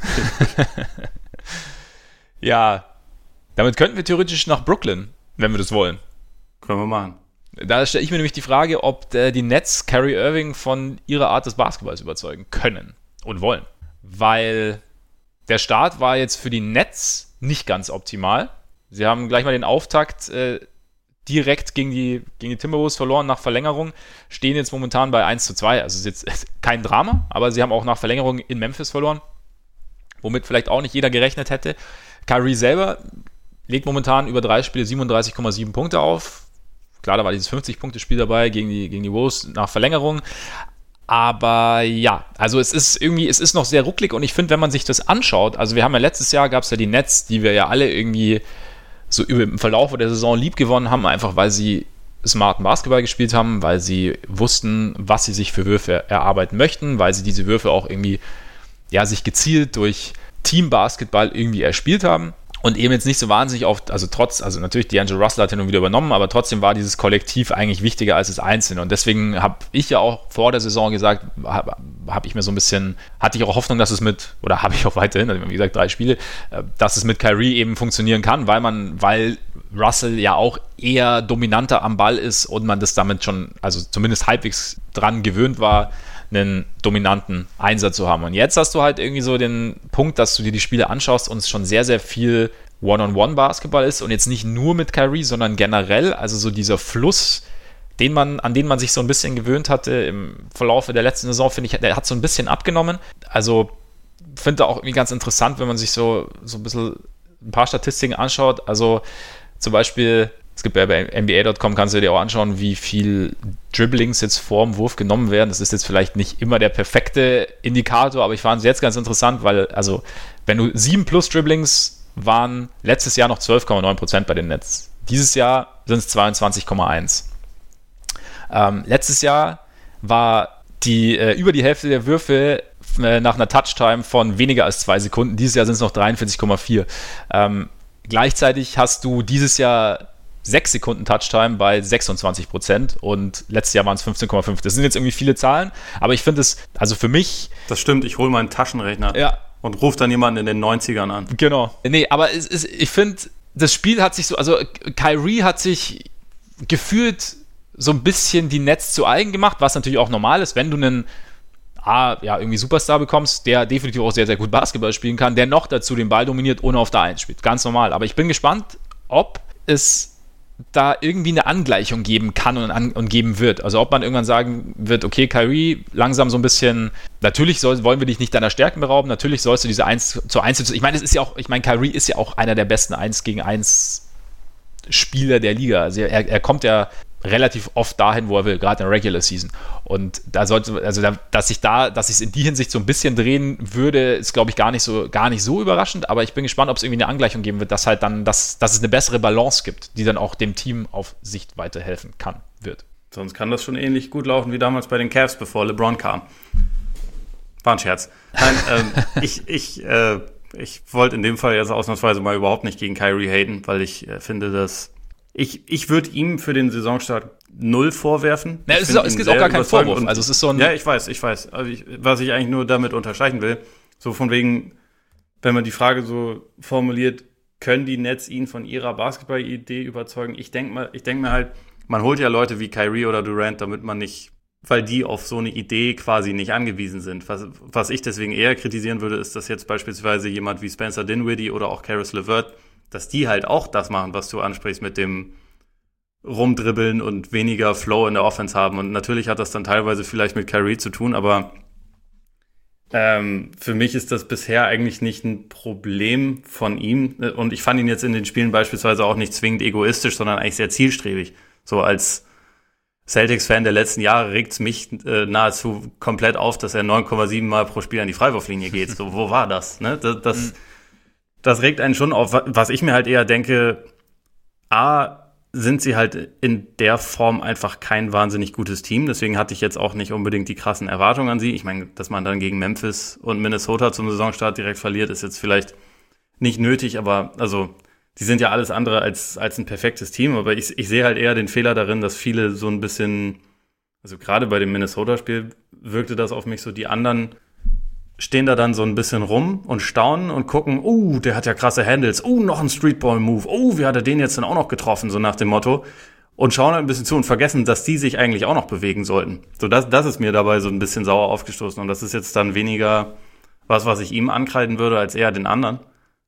Ja, damit könnten wir theoretisch nach Brooklyn, wenn wir das wollen. Können wir machen. Da stelle ich mir nämlich die Frage, ob die Nets Kyrie Irving von ihrer Art des Basketballs überzeugen können und wollen. Weil der Start war jetzt für die Nets nicht ganz optimal. Sie haben gleich mal den Auftakt äh, direkt gegen die, gegen die Timberwolves verloren nach Verlängerung, stehen jetzt momentan bei eins zu zwei. Also ist jetzt kein Drama, aber sie haben auch nach Verlängerung in Memphis verloren, womit vielleicht auch nicht jeder gerechnet hätte. Kyrie selber legt momentan über drei Spiele siebenunddreißig Komma sieben Punkte auf. Klar, da war dieses fünfzig-Punkte-Spiel dabei gegen die, gegen die Wolves nach Verlängerung. Aber ja, also es ist irgendwie, es ist noch sehr rucklig und ich finde, wenn man sich das anschaut, also wir haben ja letztes Jahr, gab es ja die Nets, die wir ja alle irgendwie so über im Verlauf der Saison lieb gewonnen haben, einfach weil sie smarten Basketball gespielt haben, weil sie wussten, was sie sich für Würfe erarbeiten möchten, weil sie diese Würfe auch irgendwie, ja, sich gezielt durch Team-Basketball irgendwie erspielt haben und eben jetzt nicht so wahnsinnig oft, also trotz, also natürlich D'Angelo Russell hat ja nun wieder übernommen, aber trotzdem war dieses Kollektiv eigentlich wichtiger als das Einzelne und deswegen habe ich ja auch vor der Saison gesagt, habe hab ich mir so ein bisschen, hatte ich auch Hoffnung, dass es mit, oder habe ich auch weiterhin, also wie gesagt drei Spiele, dass es mit Kyrie eben funktionieren kann, weil man, weil Russell ja auch eher dominanter am Ball ist und man das damit schon, also zumindest halbwegs dran gewöhnt war, einen dominanten Einsatz zu haben. Und jetzt hast du halt irgendwie so den Punkt, dass du dir die Spiele anschaust und es schon sehr, sehr viel One-on-One-Basketball ist und jetzt nicht nur mit Kyrie, sondern generell, also so dieser Fluss, den man, an den man sich so ein bisschen gewöhnt hatte im Verlauf der letzten Saison, finde ich, der hat so ein bisschen abgenommen. Also finde auch irgendwie ganz interessant, wenn man sich so, so ein bisschen ein paar Statistiken anschaut. Also zum Beispiel, es gibt ja bei N B A Punkt com, kannst du dir auch anschauen, wie viel Dribblings jetzt vorm Wurf genommen werden. Das ist jetzt vielleicht nicht immer der perfekte Indikator, aber ich fand es jetzt ganz interessant, weil, also, wenn du sieben plus Dribblings waren letztes Jahr noch zwölf Komma neun Prozent bei den Nets. Dieses Jahr sind es zweiundzwanzig Komma eins. Ähm, letztes Jahr war die, äh, über die Hälfte der Würfe äh, nach einer Touchtime von weniger als zwei Sekunden. Dieses Jahr sind es noch dreiundvierzig Komma vier. Ähm, gleichzeitig hast du dieses Jahr sechs Sekunden Touchtime bei sechsundzwanzig Prozent und letztes Jahr waren es fünfzehn Komma fünf. Das sind jetzt irgendwie viele Zahlen, aber ich finde es, also für mich... Das stimmt, ich hole meinen Taschenrechner ja. und rufe dann jemanden in den neunzigern an. Genau. Nee, aber es ist, ich finde, das Spiel hat sich so, also Kyrie hat sich gefühlt so ein bisschen die Nets zu eigen gemacht, was natürlich auch normal ist, wenn du einen A, ja, irgendwie Superstar bekommst, der definitiv auch sehr, sehr gut Basketball spielen kann, der noch dazu den Ball dominiert, ohne auf der eins spielt. Ganz normal. Aber ich bin gespannt, ob es da irgendwie eine Angleichung geben kann und, an, und geben wird. Also ob man irgendwann sagen wird, okay, Kyrie, langsam so ein bisschen, natürlich soll, wollen wir dich nicht deiner Stärken berauben, natürlich sollst du diese eins zu eins, ich meine, es ist ja auch, ich meine, Kyrie ist ja auch einer der besten eins gegen eins Spieler der Liga. Also er, er kommt ja relativ oft dahin, wo er will, gerade in der Regular Season. Und da sollte, also da, dass sich da, dass sich es in die Hinsicht so ein bisschen drehen würde, ist, glaube ich, gar nicht so, gar nicht so überraschend, aber ich bin gespannt, ob es irgendwie eine Angleichung geben wird, dass halt dann, dass, dass es eine bessere Balance gibt, die dann auch dem Team auf Sicht weiterhelfen kann, wird. Sonst kann das schon ähnlich gut laufen wie damals bei den Cavs, bevor LeBron kam. War ein Scherz. Nein, ähm, ich, ich, äh, ich wollte in dem Fall jetzt ausnahmsweise mal überhaupt nicht gegen Kyrie haten, weil ich äh, finde, dass Ich, ich würde ihm für den Saisonstart null vorwerfen. Na, es, ist, es gibt auch gar keinen Vorwurf. Also es ist so ein ja, ich weiß, ich weiß. Also ich, was ich eigentlich nur damit unterstreichen will, so von wegen, wenn man die Frage so formuliert, können die Nets ihn von ihrer Basketball-Idee überzeugen? Ich denke mal, ich denke mir halt, man holt ja Leute wie Kyrie oder Durant, damit man nicht, weil die auf so eine Idee quasi nicht angewiesen sind. Was, was ich deswegen eher kritisieren würde, ist, dass jetzt beispielsweise jemand wie Spencer Dinwiddie oder auch Caris LeVert, dass die halt auch das machen, was du ansprichst mit dem Rumdribbeln und weniger Flow in der Offense haben. Und natürlich hat das dann teilweise vielleicht mit Kyrie zu tun, aber ähm, für mich ist das bisher eigentlich nicht ein Problem von ihm. Und ich fand ihn jetzt in den Spielen beispielsweise auch nicht zwingend egoistisch, sondern eigentlich sehr zielstrebig. So als Celtics-Fan der letzten Jahre regt's mich äh, nahezu komplett auf, dass er neun Komma sieben Mal pro Spiel an die Freiwurflinie geht. So, wo war das? Ne? Das, das mhm. Das regt einen schon auf, was ich mir halt eher denke, A, sind sie halt in der Form einfach kein wahnsinnig gutes Team, deswegen hatte ich jetzt auch nicht unbedingt die krassen Erwartungen an sie. Ich meine, dass man dann gegen Memphis und Minnesota zum Saisonstart direkt verliert, ist jetzt vielleicht nicht nötig, aber also die sind ja alles andere als, als ein perfektes Team, aber ich, ich sehe halt eher den Fehler darin, dass viele so ein bisschen, also gerade bei dem Minnesota-Spiel wirkte das auf mich so, die anderen stehen da dann so ein bisschen rum und staunen und gucken, uh, der hat ja krasse Handles, uh, noch ein Streetball-Move, uh, wie hat er den jetzt denn auch noch getroffen, so nach dem Motto, und schauen halt ein bisschen zu und vergessen, dass die sich eigentlich auch noch bewegen sollten. So, das, das ist mir dabei so ein bisschen sauer aufgestoßen und das ist jetzt dann weniger was, was ich ihm ankreiden würde, als eher den anderen.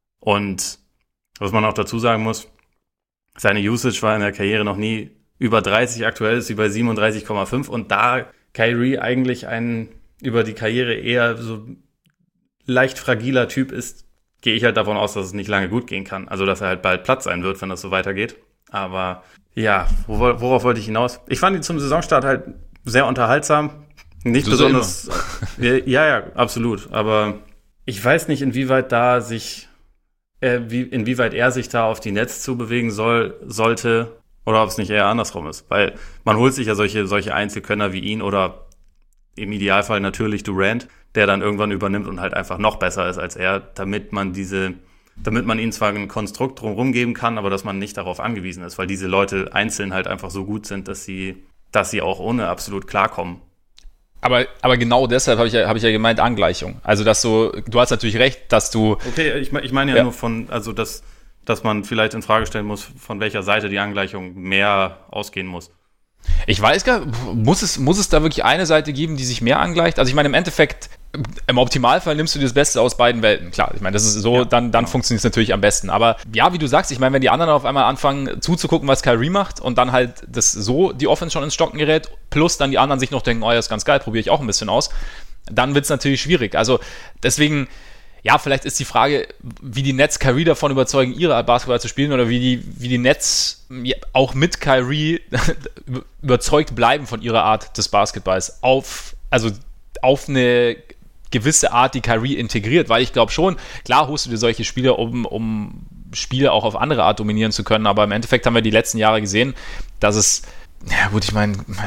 Und was man auch dazu sagen muss, seine Usage war in der Karriere noch nie über dreißig, aktuell ist sie bei siebenunddreißig Komma fünf und da Kyrie eigentlich ein über die Karriere eher so leicht fragiler Typ ist, gehe ich halt davon aus, dass es nicht lange gut gehen kann. Also, dass er halt bald Platz sein wird, wenn das so weitergeht. Aber ja, worauf wollte ich hinaus? Ich fand ihn zum Saisonstart halt sehr unterhaltsam. Nicht so besonders. Ja, ja, absolut. Aber ich weiß nicht, inwieweit da sich, äh, wie, inwieweit er sich da auf die Nets zu bewegen soll, sollte, oder ob es nicht eher andersrum ist. Weil man holt sich ja solche, solche Einzelkönner wie ihn oder im Idealfall natürlich Durant, der dann irgendwann übernimmt und halt einfach noch besser ist als er, damit man diese, damit man ihnen zwar ein Konstrukt drumherum geben kann, aber dass man nicht darauf angewiesen ist, weil diese Leute einzeln halt einfach so gut sind, dass sie, dass sie auch ohne absolut klarkommen. Aber, aber genau deshalb habe ich, ja, hab ich ja gemeint Angleichung. Also, dass du, du hast natürlich recht, dass du... Okay, ich, ich meine ja, ja nur von, also dass, dass man vielleicht in Frage stellen muss, von welcher Seite die Angleichung mehr ausgehen muss. Ich weiß gar nicht, muss es, muss es da wirklich eine Seite geben, die sich mehr angleicht? Also ich meine, im Endeffekt, im Optimalfall nimmst du dir das Beste aus beiden Welten. Klar, ich meine, das ist so, ja, dann, dann genau. Funktioniert es natürlich am besten. Aber ja, wie du sagst, ich meine, wenn die anderen auf einmal anfangen zuzugucken, was Kyrie macht und dann halt das so die Offense schon ins Stocken gerät, plus dann die anderen sich noch denken, oh ja, ist ganz geil, probiere ich auch ein bisschen aus, dann wird es natürlich schwierig. Also deswegen... Ja, vielleicht ist die Frage, wie die Nets Kyrie davon überzeugen, ihre Art Basketball zu spielen oder wie die, wie die Nets auch mit Kyrie überzeugt bleiben von ihrer Art des Basketballs auf, also auf eine gewisse Art, die Kyrie integriert, weil ich glaube schon, klar holst du dir solche Spieler, um, um Spiele auch auf andere Art dominieren zu können, aber im Endeffekt haben wir die letzten Jahre gesehen, dass es, ja gut, ich meine, ja,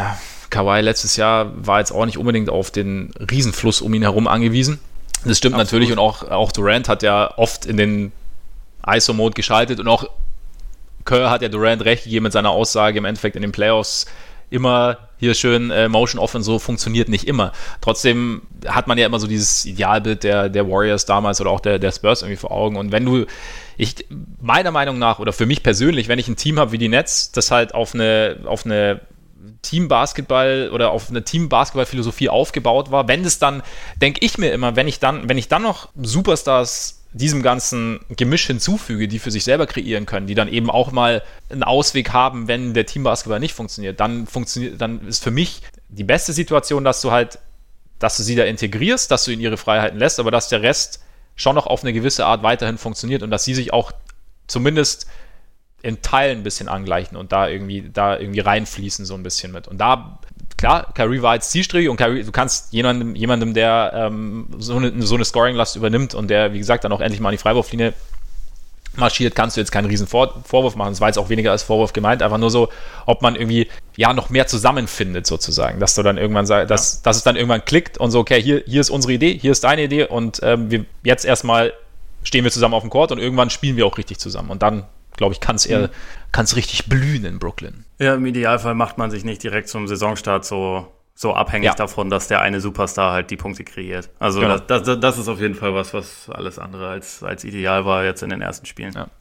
Kawhi letztes Jahr war jetzt auch nicht unbedingt auf den Riesenfluss um ihn herum angewiesen. Das stimmt Absolut. natürlich und auch, auch Durant hat ja oft in den I S O-Mode geschaltet und auch Kerr hat ja Durant recht gegeben mit seiner Aussage im Endeffekt in den Playoffs immer hier schön äh, Motion Off und so funktioniert nicht immer. Trotzdem hat man ja immer so dieses Idealbild der, der Warriors damals oder auch der, der Spurs irgendwie vor Augen und wenn du, ich meiner Meinung nach oder für mich persönlich, wenn ich ein Team habe wie die Nets, das halt auf eine, auf eine Team-Basketball oder auf eine Team-Basketball-Philosophie aufgebaut war, wenn es dann, denke ich mir immer, wenn ich dann, wenn ich dann noch Superstars diesem ganzen Gemisch hinzufüge, die für sich selber kreieren können, die dann eben auch mal einen Ausweg haben, wenn der Teambasketball nicht funktioniert, dann funktioniert, dann ist für mich die beste Situation, dass du halt, dass du sie da integrierst, dass du ihnen ihre Freiheiten lässt, aber dass der Rest schon noch auf eine gewisse Art weiterhin funktioniert und dass sie sich auch zumindest in Teilen ein bisschen angleichen und da irgendwie, da irgendwie reinfließen so ein bisschen mit. Und da, klar, Kyrie war jetzt zielstrebig und Kyrie, du kannst jemandem, jemandem der ähm, so eine, so eine Scoring-Last übernimmt und der, wie gesagt, dann auch endlich mal an die Freiwurflinie marschiert, kannst du jetzt keinen riesen Vor- Vorwurf machen. Das war jetzt auch weniger als Vorwurf gemeint, einfach nur so, ob man irgendwie, ja, noch mehr zusammenfindet sozusagen, dass du dann irgendwann sagst, dass, ja. dass es dann irgendwann klickt und so, okay, hier, hier ist unsere Idee, hier ist deine Idee und ähm, wir jetzt erstmal stehen wir zusammen auf dem Court und irgendwann spielen wir auch richtig zusammen und dann glaube ich, kann es eher, kann es richtig blühen in Brooklyn. Ja, im Idealfall macht man sich nicht direkt zum Saisonstart so, so abhängig ja. davon, dass der eine Superstar halt die Punkte kreiert. Also genau. das, das, das ist auf jeden Fall was, was alles andere als, als ideal war jetzt in den ersten Spielen. Ja.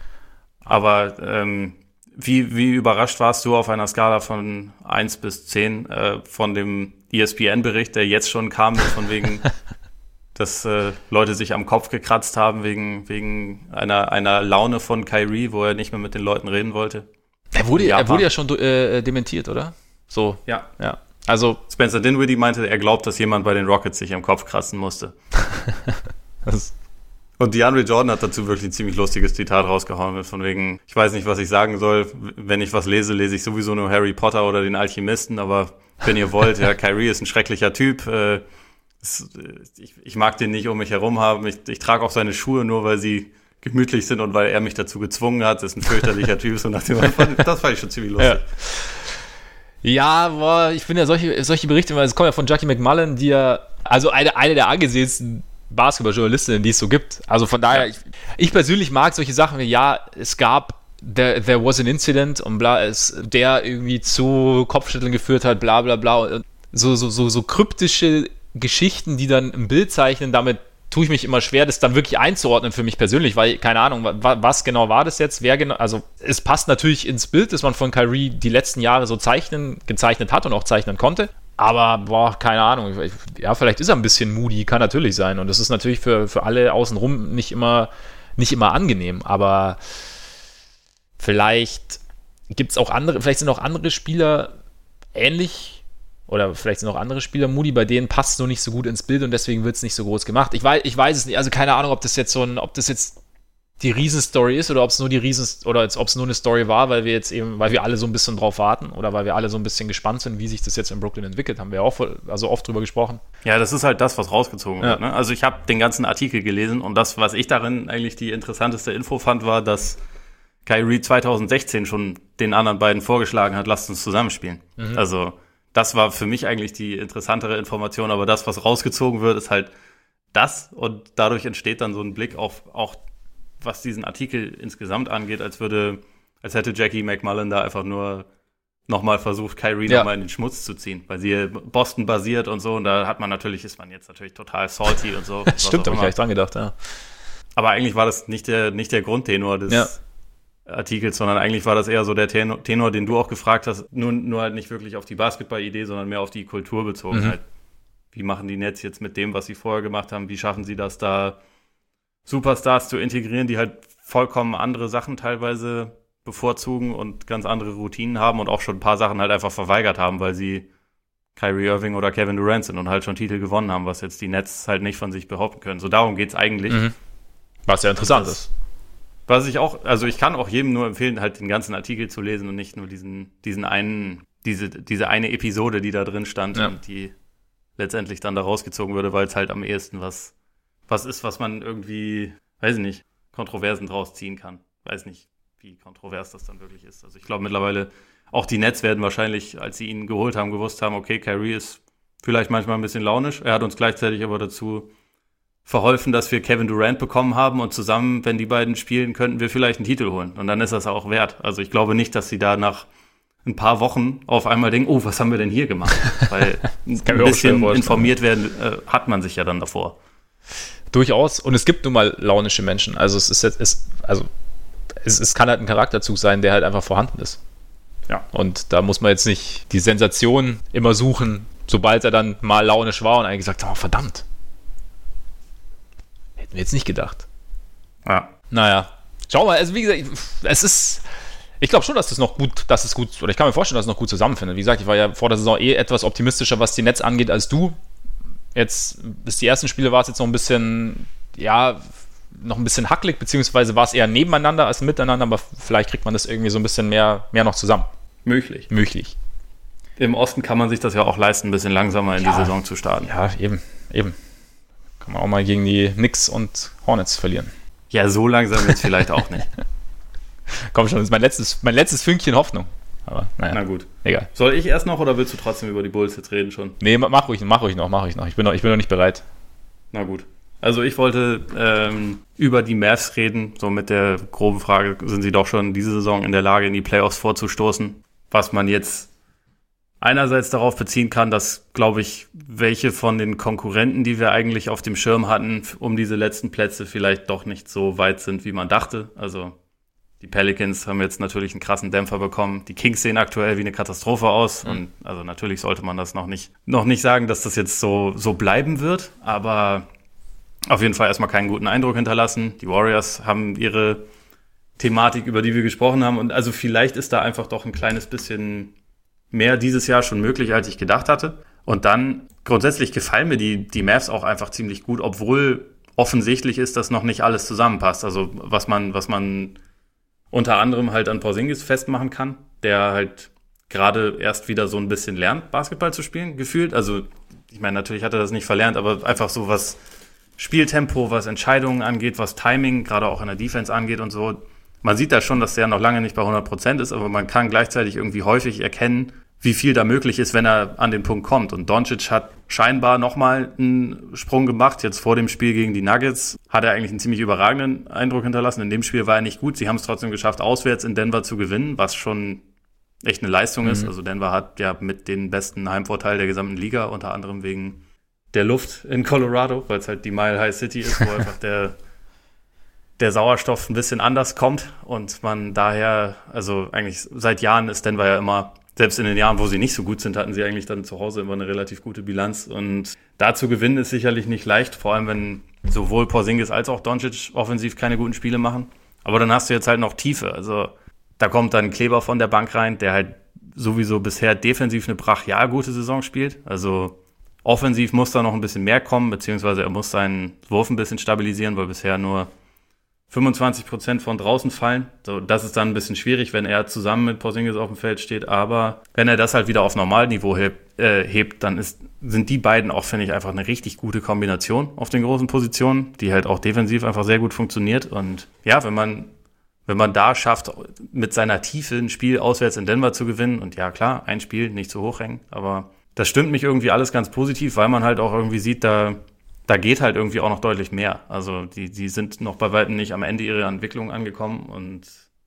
Aber ähm, wie, wie überrascht warst du auf einer Skala von eins bis zehn äh, von dem E S P N-Bericht, der jetzt schon kam, von wegen dass äh, Leute sich am Kopf gekratzt haben wegen, wegen einer, einer Laune von Kyrie, wo er nicht mehr mit den Leuten reden wollte. Er wurde, er wurde ja schon äh, dementiert, oder? So. Ja. ja. Also Spencer Dinwiddie meinte, er glaubt, dass jemand bei den Rockets sich am Kopf kratzen musste. Und DeAndre Jordan hat dazu wirklich ein ziemlich lustiges Zitat rausgehauen, von wegen, ich weiß nicht, was ich sagen soll, wenn ich was lese, lese ich sowieso nur Harry Potter oder den Alchemisten, aber wenn ihr wollt, ja, Kyrie ist ein schrecklicher Typ, äh, Ich, ich mag den nicht um mich herum haben. Ich, ich trage auch seine Schuhe nur, weil sie gemütlich sind und weil er mich dazu gezwungen hat. Das ist ein fürchterlicher Typ. So nach dem, das fand ich schon ziemlich lustig. Ja, ja boah, ich finde ja solche, solche Berichte, weil es kommen ja von Jackie McMullen, die ja, also eine, eine der angesehensten Basketball-Journalistinnen, die es so gibt. Also von daher, ja. ich, ich persönlich mag solche Sachen wie, ja, es gab There, there was an incident und bla, es, der irgendwie zu Kopfschütteln geführt hat, bla bla bla. Und so, so, so, so kryptische Geschichten, die dann ein Bild zeichnen, damit tue ich mich immer schwer, das dann wirklich einzuordnen für mich persönlich, weil, keine Ahnung, was genau war das jetzt, wer genau, also es passt natürlich ins Bild, das man von Kyrie die letzten Jahre so zeichnen, gezeichnet hat und auch zeichnen konnte, aber, boah, keine Ahnung, ja, vielleicht ist er ein bisschen moody, kann natürlich sein und das ist natürlich für, für alle außenrum nicht immer, nicht immer angenehm, aber vielleicht gibt es auch andere, vielleicht sind auch andere Spieler ähnlich. Oder vielleicht sind auch andere Spieler moody, bei denen passt es nur nicht so gut ins Bild und deswegen wird es nicht so groß gemacht. Ich weiß, ich weiß es nicht, also keine Ahnung, ob das jetzt so ein, ob das jetzt die Riesenstory ist oder ob es nur die Riesen oder jetzt, ob es nur eine Story war, weil wir jetzt eben, weil wir alle so ein bisschen drauf warten oder weil wir alle so ein bisschen gespannt sind, wie sich das jetzt in Brooklyn entwickelt, haben wir auch voll, also oft drüber gesprochen. Ja, das ist halt das, was rausgezogen ja. wird. Ne? Also ich habe den ganzen Artikel gelesen und das, was ich darin eigentlich die interessanteste Info fand, war, dass Kyrie zwanzig sechzehn schon den anderen beiden vorgeschlagen hat, lasst uns zusammenspielen. Mhm. Also das war für mich eigentlich die interessantere Information, aber das, was rausgezogen wird, ist halt das und dadurch entsteht dann so ein Blick auf auch, was diesen Artikel insgesamt angeht, als würde, als hätte Jackie McMullen da einfach nur nochmal versucht, Kyrie ja. nochmal in den Schmutz zu ziehen, weil sie Boston basiert und so und da hat man natürlich, ist man jetzt natürlich total salty und so. Stimmt, habe ich gleich dran gedacht, ja. Aber eigentlich war das nicht der, nicht der Grundtenor des ja. Artikels, sondern eigentlich war das eher so der Tenor, Tenor, den du auch gefragt hast, nur, nur halt nicht wirklich auf die Basketball-Idee, sondern mehr auf die Kultur bezogen. Mhm. Halt, wie machen die Nets jetzt mit dem, was sie vorher gemacht haben? Wie schaffen sie das, da Superstars zu integrieren, die halt vollkommen andere Sachen teilweise bevorzugen und ganz andere Routinen haben und auch schon ein paar Sachen halt einfach verweigert haben, weil sie Kyrie Irving oder Kevin Durant sind und halt schon Titel gewonnen haben, was jetzt die Nets halt nicht von sich behaupten können. So darum geht's eigentlich. Mhm. Was ja interessant ist. Was ich auch, also ich kann auch jedem nur empfehlen, halt den ganzen Artikel zu lesen und nicht nur diesen, diesen einen, diese, diese eine Episode, die da drin stand ja. und die letztendlich dann da rausgezogen wurde, weil es halt am ehesten was, was ist, was man irgendwie, weiß ich nicht, Kontroversen draus ziehen kann. Weiß nicht, wie kontrovers das dann wirklich ist. Also ich glaube mittlerweile auch die Nets werden wahrscheinlich, als sie ihn geholt haben, gewusst haben, okay, Kyrie ist vielleicht manchmal ein bisschen launisch. Er hat uns gleichzeitig aber dazu verholfen, dass wir Kevin Durant bekommen haben und zusammen, wenn die beiden spielen, könnten wir vielleicht einen Titel holen. Und dann ist das auch wert. Also ich glaube nicht, dass sie da nach ein paar Wochen auf einmal denken, oh, was haben wir denn hier gemacht? Weil ein bisschen informiert werden äh, hat man sich ja dann davor. Durchaus. Und es gibt nun mal launische Menschen. Also es ist jetzt, es, also es, es kann halt ein Charakterzug sein, der halt einfach vorhanden ist. Ja. Und da muss man jetzt nicht die Sensation immer suchen, sobald er dann mal launisch war und eigentlich gesagt hat, oh, verdammt. Hätten wir jetzt nicht gedacht. Ja. Naja. Schau mal, also wie gesagt, es ist, ich glaube schon, dass das noch gut, dass es gut, oder ich kann mir vorstellen, dass es noch gut zusammenfindet. Wie gesagt, ich war ja vor der Saison eh etwas optimistischer, was die Nets angeht, als du. Jetzt, bis die ersten Spiele war es jetzt noch ein bisschen, ja, noch ein bisschen hackelig, beziehungsweise war es eher nebeneinander als miteinander, aber vielleicht kriegt man das irgendwie so ein bisschen mehr, mehr noch zusammen. Möglich. Möglich. Im Osten kann man sich das ja auch leisten, ein bisschen langsamer in ja, die Saison zu starten. Ja, eben, eben. Kann man auch mal gegen die Knicks und Hornets verlieren. Ja, so langsam jetzt vielleicht auch nicht. Komm schon, das ist mein letztes, mein letztes Fünkchen Hoffnung. Aber naja. Na gut. Egal. Soll ich erst noch oder willst du trotzdem über die Bulls jetzt reden schon? Nee, mach ruhig, mach ruhig noch, mach ruhig noch. Ich bin noch, ich bin noch nicht bereit. Na gut. Also ich wollte ähm, über die Mavs reden, so mit der groben Frage, sind sie doch schon diese Saison in der Lage, in die Playoffs vorzustoßen? Was man jetzt einerseits darauf beziehen kann, dass, glaube ich, welche von den Konkurrenten, die wir eigentlich auf dem Schirm hatten, um diese letzten Plätze vielleicht doch nicht so weit sind, wie man dachte. Also die Pelicans haben jetzt natürlich einen krassen Dämpfer bekommen. Die Kings sehen aktuell wie eine Katastrophe aus. Mhm. Und also natürlich sollte man das noch nicht, noch nicht sagen, dass das jetzt so, so bleiben wird. Aber auf jeden Fall erstmal keinen guten Eindruck hinterlassen. Die Warriors haben ihre Thematik, über die wir gesprochen haben. Und also vielleicht ist da einfach doch ein kleines bisschen mehr dieses Jahr schon möglich, als ich gedacht hatte. Und dann grundsätzlich gefallen mir die, die Mavs auch einfach ziemlich gut, obwohl offensichtlich ist, dass noch nicht alles zusammenpasst. Also was man, was man unter anderem halt an Porzingis festmachen kann, der halt gerade erst wieder so ein bisschen lernt, Basketball zu spielen, gefühlt. Also ich meine, natürlich hat er das nicht verlernt, aber einfach so was Spieltempo, was Entscheidungen angeht, was Timing, gerade auch in der Defense angeht und so. Man sieht da schon, dass der noch lange nicht bei hundert Prozent ist, aber man kann gleichzeitig irgendwie häufig erkennen, wie viel da möglich ist, wenn er an den Punkt kommt. Und Doncic hat scheinbar nochmal einen Sprung gemacht. Jetzt vor dem Spiel gegen die Nuggets hat er eigentlich einen ziemlich überragenden Eindruck hinterlassen. In dem Spiel war er nicht gut. Sie haben es trotzdem geschafft, auswärts in Denver zu gewinnen, was schon echt eine Leistung mhm. ist. Also Denver hat ja mit den besten Heimvorteil der gesamten Liga, unter anderem wegen der Luft in Colorado, weil es halt die Mile High City ist, wo einfach der der Sauerstoff ein bisschen anders kommt und man daher, also eigentlich seit Jahren ist Denver ja immer, selbst in den Jahren, wo sie nicht so gut sind, hatten sie eigentlich dann zu Hause immer eine relativ gute Bilanz und da zu gewinnen ist sicherlich nicht leicht, vor allem wenn sowohl Porzingis als auch Doncic offensiv keine guten Spiele machen, aber dann hast du jetzt halt noch Tiefe, also da kommt dann Kleber von der Bank rein, der halt sowieso bisher defensiv eine brachial gute Saison spielt, also offensiv muss da noch ein bisschen mehr kommen, beziehungsweise er muss seinen Wurf ein bisschen stabilisieren, weil bisher nur fünfundzwanzig Prozent von draußen fallen. So, das ist dann ein bisschen schwierig, wenn er zusammen mit Porzingis auf dem Feld steht. Aber wenn er das halt wieder auf Normalniveau hebt, äh, hebt dann ist, sind die beiden auch, finde ich, einfach eine richtig gute Kombination auf den großen Positionen, die halt auch defensiv einfach sehr gut funktioniert. Und ja, wenn man, wenn man da schafft, mit seiner Tiefe ein Spiel auswärts in Denver zu gewinnen, und ja klar, ein Spiel, nicht zu hoch hängen, aber das stimmt mich irgendwie alles ganz positiv, weil man halt auch irgendwie sieht, da Da geht halt irgendwie auch noch deutlich mehr. Also die, die sind noch bei weitem nicht am Ende ihrer Entwicklung angekommen und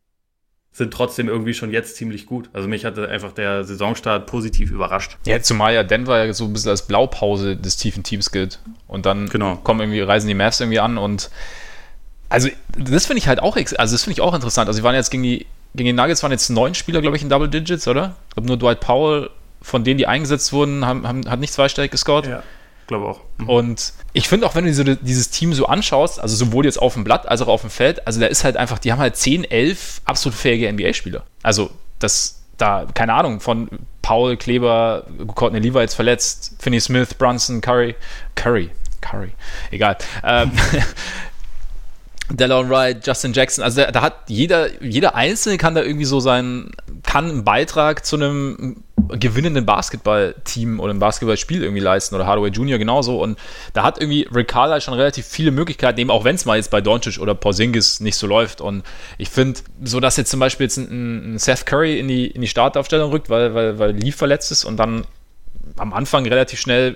sind trotzdem irgendwie schon jetzt ziemlich gut. Also mich hatte einfach der Saisonstart positiv überrascht. Ja, zumal ja Denver ja so ein bisschen als Blaupause des tiefen Teams gilt. Und dann genau. kommen irgendwie, reisen die Mavs irgendwie an und also das finde ich halt auch, also das finde ich auch interessant. Also sie waren jetzt gegen die, gegen die Nuggets waren jetzt neun Spieler, glaube ich, in Double Digits, oder? Ich glaube nur Dwight Powell, von denen, die eingesetzt wurden, haben, haben, hat nicht zweistellig gescored. Ja. Glaube auch. Mhm. Und ich finde auch, wenn du so dieses Team so anschaust, also sowohl jetzt auf dem Blatt als auch auf dem Feld, also da ist halt einfach, die haben halt zehn, elf absolut fähige N B A-Spieler. Also das, da, keine Ahnung, von Paul, Kleber, Courtney Levi jetzt verletzt, Finney Smith, Brunson, Curry, Curry, Curry, egal. Ähm, Delon Wright, Justin Jackson, also da, da hat jeder, jeder Einzelne kann da irgendwie so sein, kann einen Beitrag zu einem gewinnenden Basketballteam oder ein Basketballspiel irgendwie leisten oder Hardaway Junior genauso und da hat irgendwie Rick Carlisle schon relativ viele Möglichkeiten, eben auch wenn es mal jetzt bei Doncic oder Porzingis nicht so läuft und ich finde, so dass jetzt zum Beispiel jetzt ein, ein Seth Curry in die, in die Startaufstellung rückt, weil, weil, weil Lee verletzt ist und dann am Anfang relativ schnell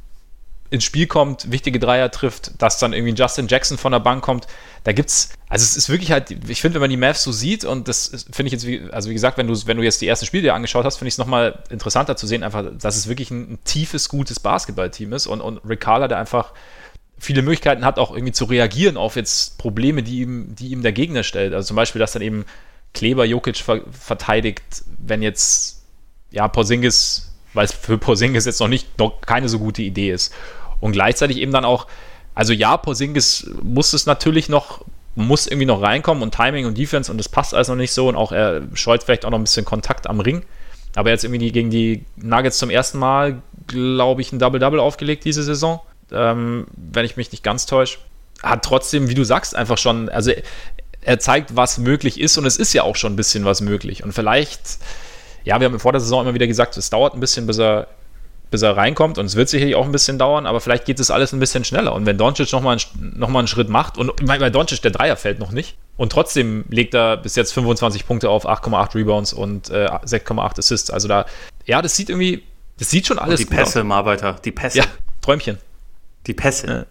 ins Spiel kommt, wichtige Dreier trifft, dass dann irgendwie Justin Jackson von der Bank kommt, da gibt's, also es ist wirklich halt, ich finde, wenn man die Mavs so sieht und das finde ich jetzt, wie, also wie gesagt, wenn du, wenn du jetzt die ersten Spiele dir angeschaut hast, finde ich es nochmal interessanter zu sehen, einfach, dass es wirklich ein, ein tiefes, gutes Basketballteam ist und, und Rick Carlisle, der einfach viele Möglichkeiten hat, auch irgendwie zu reagieren auf jetzt Probleme, die ihm, die ihm der Gegner stellt, also zum Beispiel, dass dann eben Kleber Jokic ver- verteidigt, wenn jetzt, ja, Porzingis, weil es für Porzingis jetzt noch nicht, noch keine so gute Idee ist. Und gleichzeitig eben dann auch, also ja, Porzingis muss es natürlich noch, muss irgendwie noch reinkommen und Timing und Defense und das passt alles noch nicht so und auch er scheut vielleicht auch noch ein bisschen Kontakt am Ring. Aber jetzt irgendwie gegen die Nuggets zum ersten Mal, glaube ich, ein Double-Double aufgelegt diese Saison, ähm, wenn ich mich nicht ganz täusche. Hat trotzdem, wie du sagst, einfach schon, also er zeigt, was möglich ist und es ist ja auch schon ein bisschen was möglich. Und vielleicht, ja, wir haben vor der Saison immer wieder gesagt, es dauert ein bisschen, bis er bis er reinkommt und es wird sicherlich auch ein bisschen dauern, aber vielleicht geht es alles ein bisschen schneller und wenn Doncic nochmal einen, noch mal einen Schritt macht und bei Doncic der Dreier fällt noch nicht und trotzdem legt er bis jetzt fünfundzwanzig Punkte auf, acht Komma acht Rebounds und äh, sechs Komma acht Assists, also da, ja, das sieht irgendwie, das sieht schon alles und die gut Pässe aus. Im Arbeiter, die Pässe. Ja, Träumchen. Die Pässe. Ja.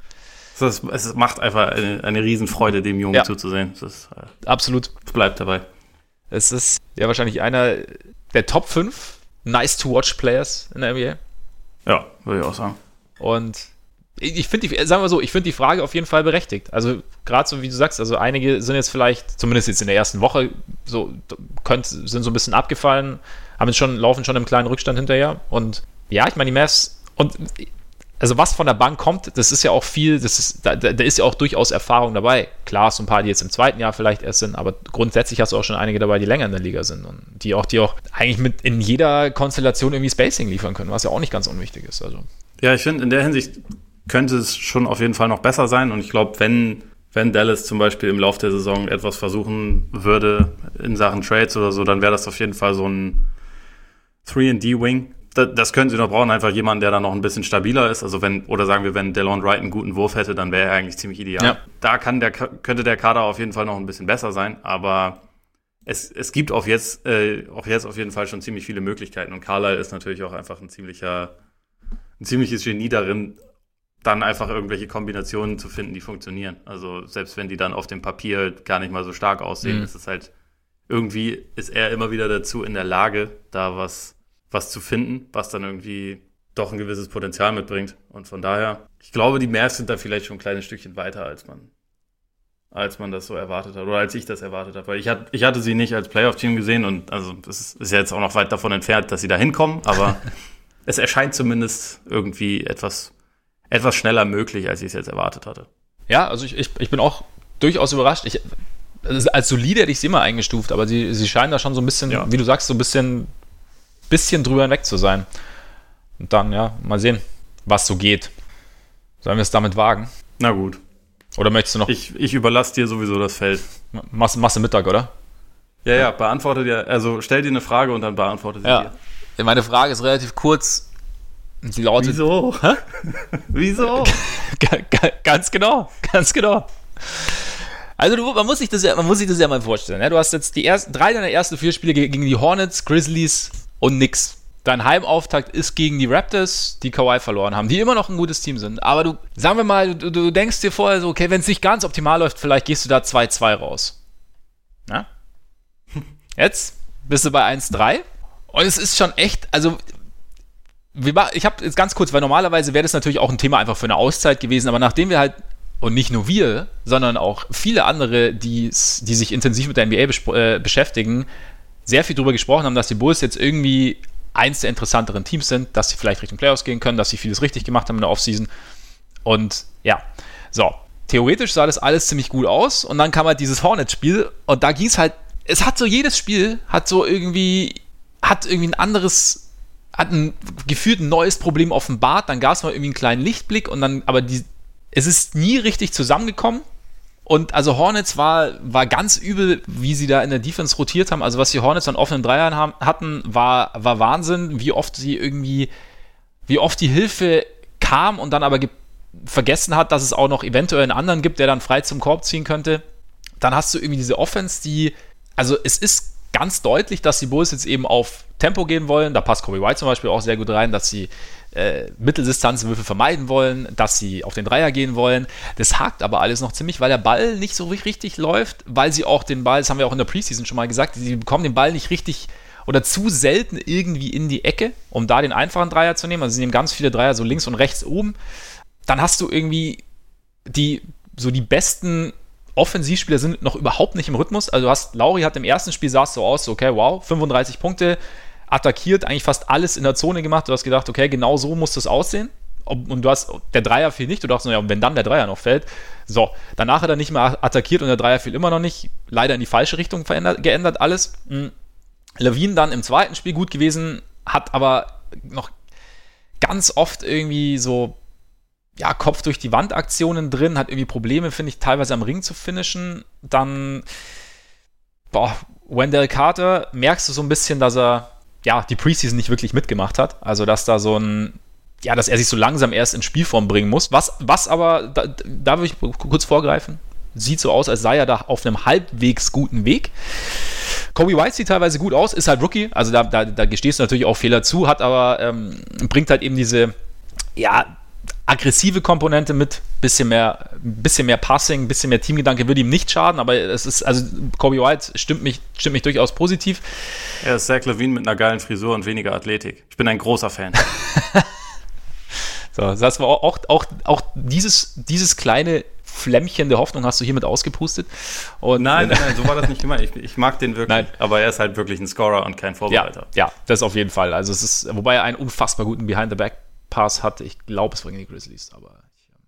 Das, es macht einfach eine, eine Riesenfreude, dem Jungen ja. zuzusehen. Das ist, äh, absolut. Es bleibt dabei. Es ist ja wahrscheinlich einer der Top fünf Nice-to-Watch-Players in der N B A. Ja, würde ich auch sagen. Und ich finde, die, sagen wir so, ich finde die Frage auf jeden Fall berechtigt. Also gerade so, wie du sagst, also einige sind jetzt vielleicht, zumindest jetzt in der ersten Woche, so könnt, sind so ein bisschen abgefallen, haben jetzt schon, laufen schon im kleinen Rückstand hinterher. Und ja, ich meine, die Mavs, und also was von der Bank kommt, das ist ja auch viel, das ist, da, da ist ja auch durchaus Erfahrung dabei. Klar, so ein paar, die jetzt im zweiten Jahr vielleicht erst sind, aber grundsätzlich hast du auch schon einige dabei, die länger in der Liga sind und die auch, die auch eigentlich mit in jeder Konstellation irgendwie Spacing liefern können, was ja auch nicht ganz unwichtig ist. Also. Ja, ich finde, in der Hinsicht könnte es schon auf jeden Fall noch besser sein und ich glaube, wenn, wenn Dallas zum Beispiel im Laufe der Saison etwas versuchen würde in Sachen Trades oder so, dann wäre das auf jeden Fall so ein drei und D-Wing. Das können sie noch brauchen, einfach jemanden, der da noch ein bisschen stabiler ist. Also wenn, oder sagen wir, wenn Delon Wright einen guten Wurf hätte, dann wäre er eigentlich ziemlich ideal. Ja. Da kann der, könnte der Kader auf jeden Fall noch ein bisschen besser sein, aber es, es gibt auf jetzt, äh, auch jetzt auf jeden Fall schon ziemlich viele Möglichkeiten und Carlisle ist natürlich auch einfach ein ziemlicher, ein ziemliches Genie darin, dann einfach irgendwelche Kombinationen zu finden, die funktionieren. Also selbst wenn die dann auf dem Papier gar nicht mal so stark aussehen, mhm. ist es halt, irgendwie ist er immer wieder dazu in der Lage, da was was zu finden, was dann irgendwie doch ein gewisses Potenzial mitbringt. Und von daher, ich glaube, die Mavs sind da vielleicht schon ein kleines Stückchen weiter, als man als man das so erwartet hat oder als ich das erwartet habe. Weil ich, hat, ich hatte sie nicht als Playoff-Team gesehen und also es ist, ist ja jetzt auch noch weit davon entfernt, dass sie da hinkommen, aber es erscheint zumindest irgendwie etwas, etwas schneller möglich, als ich es jetzt erwartet hatte. Ja, also ich, ich, ich bin auch durchaus überrascht. Ich, als solide hätte ich sie immer eingestuft, aber sie, sie scheinen da schon so ein bisschen, ja. wie du sagst, so ein bisschen bisschen drüber hinweg zu sein. Und dann, ja, mal sehen, was so geht. Sollen wir es damit wagen? Na gut. Oder möchtest du noch... Ich, ich überlasse dir sowieso das Feld. Machst, machst du Mittag, oder? Ja, ja, beantworte dir, also stell dir eine Frage und dann beantworte sie ja. dir. Meine Frage ist relativ kurz. Sie lautet... Wieso? Hä? Wieso? Ganz genau, ganz genau. Also du, man muss sich das ja, man muss sich das ja mal vorstellen. Ne? Du hast jetzt die ersten, drei deiner ersten vier Spiele gegen die Hornets, Grizzlies und nix. Dein Heimauftakt ist gegen die Raptors, die Kawhi verloren haben, die immer noch ein gutes Team sind. Aber du, sagen wir mal, du, du denkst dir vorher so, okay, wenn es nicht ganz optimal läuft, vielleicht gehst du da zwei zwei raus. Na? Jetzt bist du bei eins drei und es ist schon echt, also ich habe jetzt ganz kurz, weil normalerweise wäre das natürlich auch ein Thema einfach für eine Auszeit gewesen, aber nachdem wir halt, und nicht nur wir, sondern auch viele andere, die, die sich intensiv mit der N B A besp- äh, beschäftigen, sehr viel darüber gesprochen haben, dass die Bulls jetzt irgendwie eins der interessanteren Teams sind, dass sie vielleicht Richtung Playoffs gehen können, dass sie vieles richtig gemacht haben in der Offseason. Und ja, so, theoretisch sah das alles ziemlich gut aus und dann kam halt dieses Hornets-Spiel und da ging es halt, es hat so, jedes Spiel hat so irgendwie, hat irgendwie ein anderes, hat ein gefühlt ein neues Problem offenbart, dann gab es mal irgendwie einen kleinen Lichtblick und dann, aber die, es ist nie richtig zusammengekommen Und also Hornets war, war ganz übel, wie sie da in der Defense rotiert haben. Also was die Hornets an offenen Dreiern haben, hatten, war, war Wahnsinn, wie oft sie irgendwie, wie oft die Hilfe kam und dann aber ge- vergessen hat, dass es auch noch eventuell einen anderen gibt, der dann frei zum Korb ziehen könnte. Dann hast du irgendwie diese Offense, die, also es ist ganz deutlich, dass die Bulls jetzt eben auf Tempo gehen wollen. Da passt Kobe White zum Beispiel auch sehr gut rein, dass sie äh, Mitteldistanzwürfe vermeiden wollen, dass sie auf den Dreier gehen wollen. Das hakt aber alles noch ziemlich, weil der Ball nicht so richtig läuft, weil sie auch den Ball, das haben wir auch in der Preseason schon mal gesagt, sie bekommen den Ball nicht richtig oder zu selten irgendwie in die Ecke, um da den einfachen Dreier zu nehmen. Also sie nehmen ganz viele Dreier so links und rechts oben. Dann hast du irgendwie die, so die besten Offensivspieler sind noch überhaupt nicht im Rhythmus. Also du hast, Lauri hat im ersten Spiel, sah es so aus, so okay, wow, fünfunddreißig Punkte, attackiert, eigentlich fast alles in der Zone gemacht. Du hast gedacht, okay, genau so muss das aussehen. Und du hast, der Dreier fiel nicht. Du dachtest, naja, wenn dann der Dreier noch fällt. So, danach hat er nicht mehr attackiert und der Dreier fiel immer noch nicht. Leider in die falsche Richtung verändert, geändert alles. Mhm. LaVine dann im zweiten Spiel gut gewesen, hat aber noch ganz oft irgendwie so ja, Kopf durch die Wand Aktionen drin, hat irgendwie Probleme, finde ich, teilweise am Ring zu finishen. Dann, boah, Wendell Carter, merkst du so ein bisschen, dass er, ja, die Preseason nicht wirklich mitgemacht hat. Also, dass da so ein, ja, dass er sich so langsam erst in Spielform bringen muss. Was, was aber, da, da würde ich kurz vorgreifen, sieht so aus, als sei er da auf einem halbwegs guten Weg. Kobe White sieht teilweise gut aus, ist halt Rookie, also da, da, da gestehst du natürlich auch Fehler zu, hat aber, ähm, bringt halt eben diese, ja, aggressive Komponente mit, bisschen mehr, bisschen mehr Passing, bisschen mehr Teamgedanke würde ihm nicht schaden, aber es ist, also Kobe White stimmt mich, stimmt mich durchaus positiv. Er ist Zach LaVine mit einer geilen Frisur und weniger Athletik. Ich bin ein großer Fan. So, das war auch, auch, auch dieses, dieses kleine Flämmchen der Hoffnung hast du hiermit ausgepustet. Und nein, nein, nein, so war das nicht gemeint. Ich, ich mag den wirklich, nein. Aber er ist halt wirklich ein Scorer und kein Vorbereiter. Ja, ja, das auf jeden Fall. Also es ist, wobei er einen unfassbar guten Behind-the-Back-Pass hat. Ich glaube, es war gegen die Grizzlies, aber ich ähm,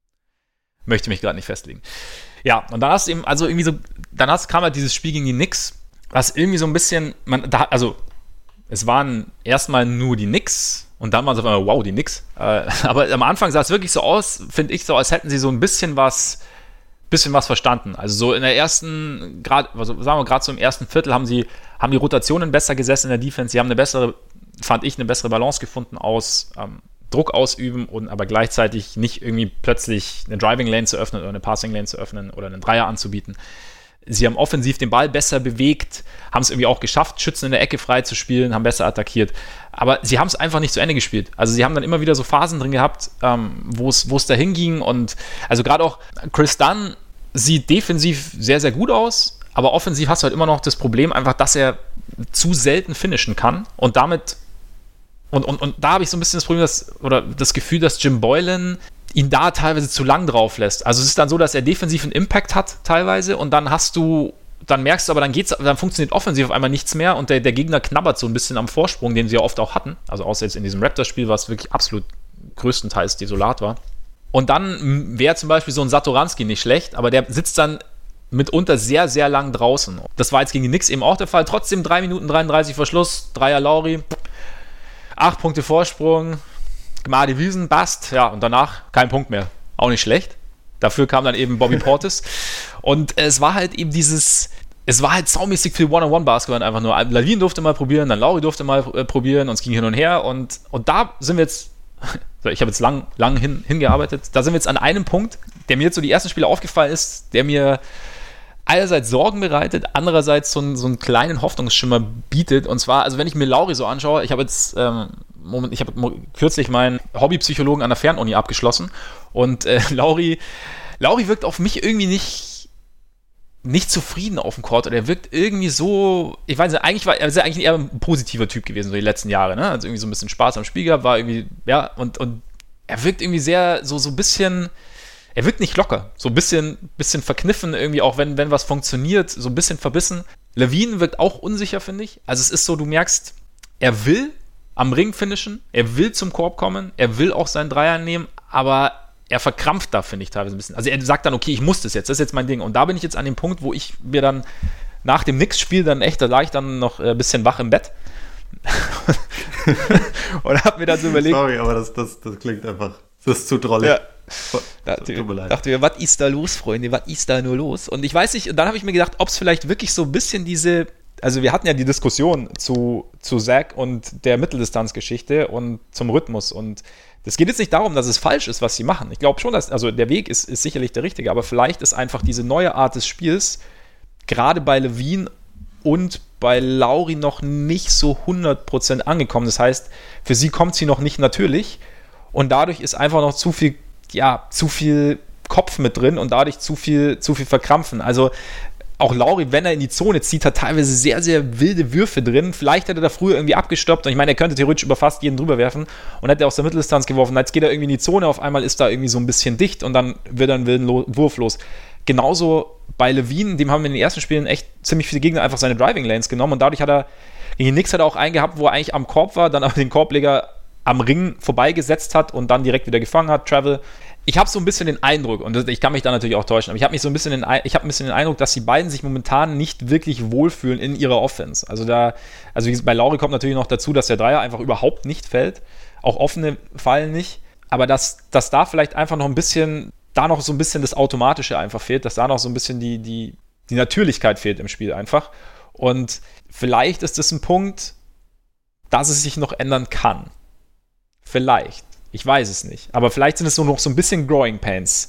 möchte mich gerade nicht festlegen. Ja, und dann hast du eben, also irgendwie so, dann hast, kam halt dieses Spiel gegen die Knicks, was irgendwie so ein bisschen, man, da, also es waren erstmal nur die Knicks und dann waren es auf einmal, wow, die Knicks. Äh, aber am Anfang sah es wirklich so aus, finde ich, so als hätten sie so ein bisschen was, bisschen was verstanden. Also so in der ersten, gerade, also sagen wir gerade so im ersten Viertel haben sie, haben die Rotationen besser gesessen in der Defense. Sie haben eine bessere, fand ich, eine bessere Balance gefunden aus ähm, Druck ausüben und aber gleichzeitig nicht irgendwie plötzlich eine Driving Lane zu öffnen oder eine Passing Lane zu öffnen oder einen Dreier anzubieten. Sie haben offensiv den Ball besser bewegt, haben es irgendwie auch geschafft, Schützen in der Ecke frei zu spielen, haben besser attackiert. Aber sie haben es einfach nicht zu Ende gespielt. Also sie haben dann immer wieder so Phasen drin gehabt, ähm, wo es wo es dahin ging. Und also gerade auch Chris Dunn sieht defensiv sehr, sehr gut aus, aber offensiv hast du halt immer noch das Problem einfach, dass er zu selten finishen kann. Und damit, und, und, und da habe ich so ein bisschen das Problem, dass, oder das Gefühl, dass Jim Boylan ihn da teilweise zu lang drauf lässt. Also es ist dann so, dass er defensiv einen Impact hat teilweise und dann hast du, dann merkst du aber, dann geht's, dann funktioniert offensiv auf einmal nichts mehr und der, der Gegner knabbert so ein bisschen am Vorsprung, den sie ja oft auch hatten. Also außer jetzt in diesem Raptors-Spiel, was wirklich absolut größtenteils desolat war. Und dann wäre zum Beispiel so ein Satoranski nicht schlecht, aber der sitzt dann mitunter sehr, sehr lang draußen. Das war jetzt gegen die Knicks eben auch der Fall. Trotzdem drei Minuten dreiunddreißig vor Schluss, Dreier Lauri, acht Punkte Vorsprung, Gmadi Wiesen, Bast, ja, und danach kein Punkt mehr. Auch nicht schlecht. Dafür kam dann eben Bobby Portis. Und es war halt eben dieses, es war halt saumäßig viel One-on-One-Basketball einfach nur. LaVine durfte mal probieren, dann Lauri durfte mal äh, probieren und es ging hin und her. Und, und da sind wir jetzt, ich habe jetzt lang, lang hin, hingearbeitet, da sind wir jetzt an einem Punkt, der mir jetzt so die ersten Spiele aufgefallen ist, der mir einerseits Sorgen bereitet, andererseits so einen, so einen kleinen Hoffnungsschimmer bietet. Und zwar, also wenn ich mir Lauri so anschaue, ich habe jetzt, ähm, Moment, ich habe kürzlich meinen Hobbypsychologen an der Fernuni abgeschlossen und äh, Lauri, Lauri wirkt auf mich irgendwie nicht, nicht zufrieden auf dem Court oder er wirkt irgendwie so, ich weiß nicht, eigentlich war er ist eigentlich eher ein positiver Typ gewesen so die letzten Jahre, ne? Also irgendwie so ein bisschen Spaß am Spiel gehabt, war irgendwie, ja, und, und er wirkt irgendwie sehr, so, so ein bisschen, er wirkt nicht locker, so ein bisschen, bisschen verkniffen irgendwie, auch wenn, wenn was funktioniert, so ein bisschen verbissen. LaVine wirkt auch unsicher, finde ich. Also es ist so, du merkst, er will am Ring finishen, er will zum Korb kommen, er will auch seinen Dreier nehmen, aber er verkrampft da, finde ich, teilweise ein bisschen. Also er sagt dann, okay, ich muss das jetzt, das ist jetzt mein Ding. Und da bin ich jetzt an dem Punkt, wo ich mir dann nach dem Knicks-Spiel dann echt, da lag ich dann noch ein bisschen wach im Bett und hab mir dann so überlegt. Sorry, aber das, das, das klingt einfach Das ist zu drollig. Ja. Da dachte mir, was ist da los, Freunde? Was ist da nur los? Und ich weiß nicht, und dann habe ich mir gedacht, ob es vielleicht wirklich so ein bisschen diese, also wir hatten ja die Diskussion zu, zu Zach und der Mitteldistanzgeschichte und zum Rhythmus. Und es geht jetzt nicht darum, dass es falsch ist, was sie machen. Ich glaube schon, dass, also der Weg ist, ist sicherlich der richtige, aber vielleicht ist einfach diese neue Art des Spiels, gerade bei LaVine und bei Lauri noch nicht so hundert Prozent angekommen. Das heißt, für sie kommt sie noch nicht natürlich und dadurch ist einfach noch zu viel, ja, zu viel Kopf mit drin und dadurch zu viel, zu viel Verkrampfen. Also auch Lauri, wenn er in die Zone zieht, hat teilweise sehr, sehr wilde Würfe drin. Vielleicht hätte er da früher irgendwie abgestoppt und ich meine, er könnte theoretisch über fast jeden drüber werfen und hätte aus der Mitteldistanz geworfen. Jetzt geht er irgendwie in die Zone, auf einmal ist da irgendwie so ein bisschen dicht und dann wird er einen wilden Wurf los. Genauso bei LaVine, dem haben wir in den ersten Spielen echt ziemlich viele Gegner einfach seine Driving Lanes genommen und dadurch hat er, gegen den Knicks hat er auch einen gehabt, wo er eigentlich am Korb war, dann aber den Korbleger am Ring vorbeigesetzt hat und dann direkt wieder gefangen hat, Travel. Ich habe so ein bisschen den Eindruck, und ich kann mich da natürlich auch täuschen, aber ich habe mich so ein bisschen den, ich habe ein bisschen den Eindruck, dass die beiden sich momentan nicht wirklich wohlfühlen in ihrer Offense. Also da, also bei Lauri kommt natürlich noch dazu, dass der Dreier einfach überhaupt nicht fällt, auch offene fallen nicht, aber dass, dass da vielleicht einfach noch ein bisschen, da noch so ein bisschen das Automatische einfach fehlt, dass da noch so ein bisschen die, die, die Natürlichkeit fehlt im Spiel einfach. Und vielleicht ist das ein Punkt, dass es sich noch ändern kann. Vielleicht. Ich weiß es nicht. Aber vielleicht sind es so noch so ein bisschen Growing Pains.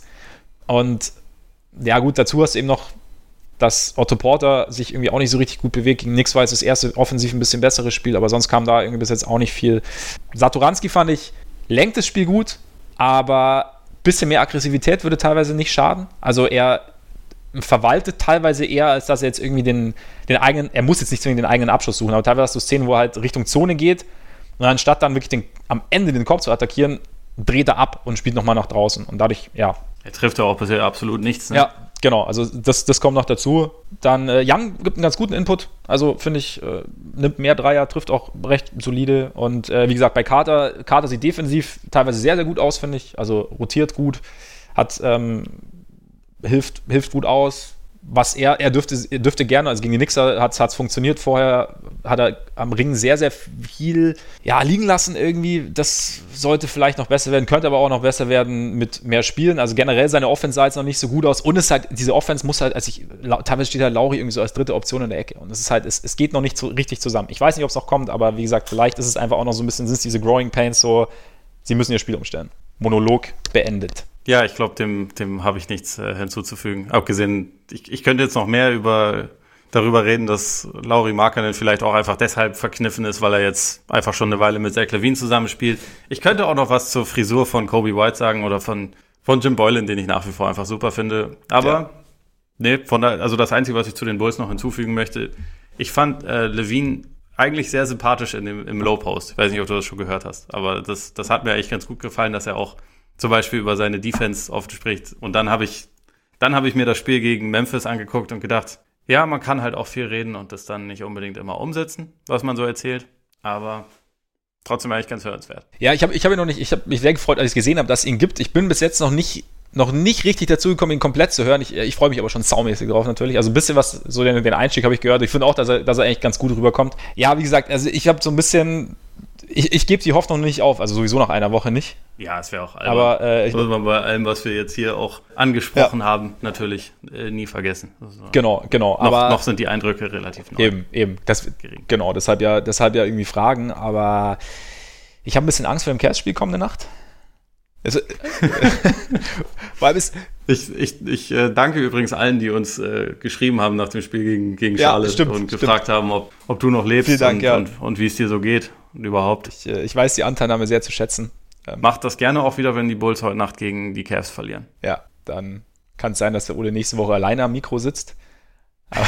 Und ja gut, dazu hast du eben noch, dass Otto Porter sich irgendwie auch nicht so richtig gut bewegt. Gegen Knicks war es das erste offensiv ein bisschen besseres Spiel, aber sonst kam da irgendwie bis jetzt auch nicht viel. Satoranski fand ich, lenkt das Spiel gut, aber ein bisschen mehr Aggressivität würde teilweise nicht schaden. Also er verwaltet teilweise eher, als dass er jetzt irgendwie den, den eigenen, er muss jetzt nicht zwingend den eigenen Abschluss suchen, aber teilweise hast du Szenen, wo er halt Richtung Zone geht und anstatt dann wirklich den, am Ende den Korb zu attackieren, dreht er ab und spielt nochmal nach draußen. Und dadurch, ja. Er trifft ja auch bisher absolut nichts. Ne? Ja, genau. Also das, das kommt noch dazu. Dann äh, Young gibt einen ganz guten Input. Also finde ich, äh, nimmt mehr Dreier, trifft auch recht solide. Und äh, wie gesagt, bei Carter, Carter sieht defensiv teilweise sehr, sehr gut aus, finde ich. Also rotiert gut, hat, ähm, hilft, hilft gut aus. Was er, er dürfte, er dürfte gerne, also gegen die Knicks hat es funktioniert vorher, hat er am Ring sehr, sehr viel ja, liegen lassen irgendwie. Das sollte vielleicht noch besser werden, könnte aber auch noch besser werden mit mehr Spielen. Also generell seine Offense sah jetzt noch nicht so gut aus und es halt, diese Offense muss halt, also ich, teilweise steht halt Lauri irgendwie so als dritte Option in der Ecke und es ist halt, es, es geht noch nicht so richtig zusammen. Ich weiß nicht, ob es noch kommt, aber wie gesagt, vielleicht ist es einfach auch noch so ein bisschen, sind es diese Growing Pains so, sie müssen ihr Spiel umstellen. Monolog beendet. Ja, ich glaube, dem, dem habe ich nichts äh, hinzuzufügen. Abgesehen, ich, ich könnte jetzt noch mehr über darüber reden, dass Lauri Markkanen vielleicht auch einfach deshalb verkniffen ist, weil er jetzt einfach schon eine Weile mit Zach LaVine zusammenspielt. Ich könnte auch noch was zur Frisur von Kobe White sagen oder von, von Jim Boylan, den ich nach wie vor einfach super finde. Aber, ja. nee, von der, also das Einzige, was ich zu den Bulls noch hinzufügen möchte, ich fand äh, LaVine eigentlich sehr sympathisch in dem, im Low Post. Ich weiß nicht, ob du das schon gehört hast, aber das, das hat mir eigentlich ganz gut gefallen, dass er auch zum Beispiel über seine Defense oft spricht. Und dann habe ich, dann habe ich mir das Spiel gegen Memphis angeguckt und gedacht, ja, man kann halt auch viel reden und das dann nicht unbedingt immer umsetzen, was man so erzählt. Aber trotzdem eigentlich ganz hörenswert. Ja, ich habe ich hab ihn noch nicht, ich habe mich sehr gefreut, als ich gesehen habe, dass es ihn gibt. Ich bin bis jetzt noch nicht, noch nicht richtig dazu gekommen, ihn komplett zu hören. Ich, ich freue mich aber schon saumäßig drauf natürlich. Also ein bisschen was, so den, den Einstieg habe ich gehört. Ich finde auch, dass er, dass er eigentlich ganz gut rüberkommt. Ja, wie gesagt, also ich habe so ein bisschen, ich, ich gebe die Hoffnung nicht auf, also sowieso nach einer Woche nicht. Ja, es wäre auch albern. Aber äh, ich, muss man bei allem, was wir jetzt hier auch angesprochen ja. haben, natürlich äh, nie vergessen. Also genau, genau. Noch, aber noch sind die Eindrücke relativ neu. Eben, eben. Das, genau, deshalb ja, deshalb ja irgendwie Fragen. Aber ich habe ein bisschen Angst vor dem Cavs-Spiel kommende Nacht. Also, weil es ich ich, ich äh, danke übrigens allen, die uns äh, geschrieben haben nach dem Spiel gegen, gegen ja, Charlotte stimmt, und stimmt. gefragt haben, ob, ob du noch lebst. Vielen Dank, und, ja. und, und wie es dir so geht und überhaupt. Ich, äh, ich weiß die Anteilnahme sehr zu schätzen. Ähm, Macht das gerne auch wieder, wenn die Bulls heute Nacht gegen die Cavs verlieren. Ja, dann kann es sein, dass der Ole nächste Woche alleine am Mikro sitzt. Aber,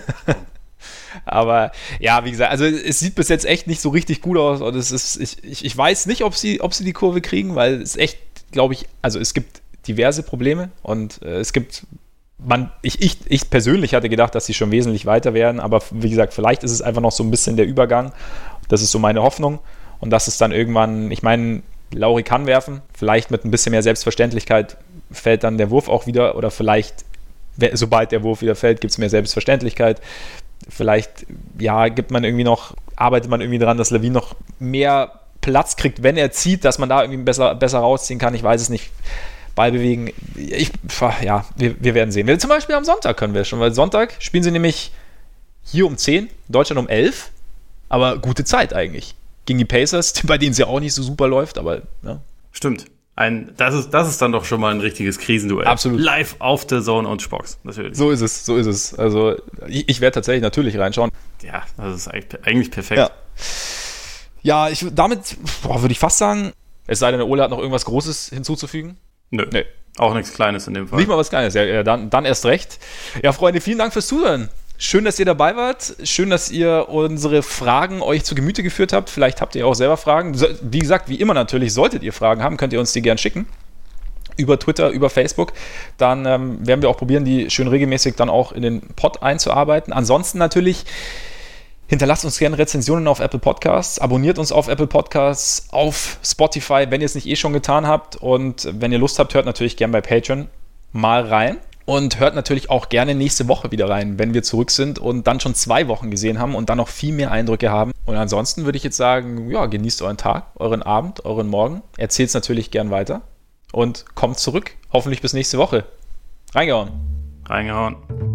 aber ja, wie gesagt, also es sieht bis jetzt echt nicht so richtig gut aus und es ist, ich, ich, ich weiß nicht, ob sie, ob sie die Kurve kriegen, weil es echt, glaube ich, also es gibt diverse Probleme und äh, es gibt, man, ich, ich, ich persönlich hatte gedacht, dass sie schon wesentlich weiter werden, aber wie gesagt, vielleicht ist es einfach noch so ein bisschen der Übergang, das ist so meine Hoffnung und dass es dann irgendwann, ich meine, Lauri kann werfen, vielleicht mit ein bisschen mehr Selbstverständlichkeit fällt dann der Wurf auch wieder oder vielleicht, sobald der Wurf wieder fällt, gibt es mehr Selbstverständlichkeit. Vielleicht, ja, gibt man irgendwie noch, arbeitet man irgendwie dran, dass LaVine noch mehr Platz kriegt, wenn er zieht, dass man da irgendwie besser, besser rausziehen kann. Ich weiß es nicht. Ball bewegen. Ich, ja, wir, wir werden sehen. Wir, zum Beispiel am Sonntag können wir schon, weil Sonntag spielen sie nämlich hier um zehn, Deutschland um elf. Aber gute Zeit eigentlich. Gegen die Pacers, bei denen es ja auch nicht so super läuft, aber ja. Stimmt. Ein, das, ist, das ist dann doch schon mal ein richtiges Krisenduell. Absolut. Live auf der Zone und Spox, natürlich. So ist es, so ist es. Also ich, ich werde tatsächlich natürlich reinschauen. Ja, das ist eigentlich, eigentlich perfekt. Ja, ja ich, damit boah, würde ich fast sagen, es sei denn, der Ole hat noch irgendwas Großes hinzuzufügen. Nö, nee. Auch nichts Kleines in dem Fall. Nicht mal was Kleines, ja, ja dann, dann erst recht. Ja, Freunde, vielen Dank fürs Zuhören. Schön, dass ihr dabei wart. Schön, dass ihr unsere Fragen euch zu Gemüte geführt habt. Vielleicht habt ihr auch selber Fragen. Wie gesagt, wie immer natürlich, solltet ihr Fragen haben, könnt ihr uns die gern schicken. Über Twitter, über Facebook. Dann ähm, werden wir auch probieren, die schön regelmäßig dann auch in den Pod einzuarbeiten. Ansonsten natürlich, hinterlasst uns gerne Rezensionen auf Apple Podcasts. Abonniert uns auf Apple Podcasts, auf Spotify, wenn ihr es nicht eh schon getan habt. Und wenn ihr Lust habt, hört natürlich gern bei Patreon mal rein. Und hört natürlich auch gerne nächste Woche wieder rein, wenn wir zurück sind und dann schon zwei Wochen gesehen haben und dann noch viel mehr Eindrücke haben. Und ansonsten würde ich jetzt sagen, ja, genießt euren Tag, euren Abend, euren Morgen. Erzählt es natürlich gern weiter und kommt zurück. Hoffentlich bis nächste Woche. Reingehauen. Reingehauen.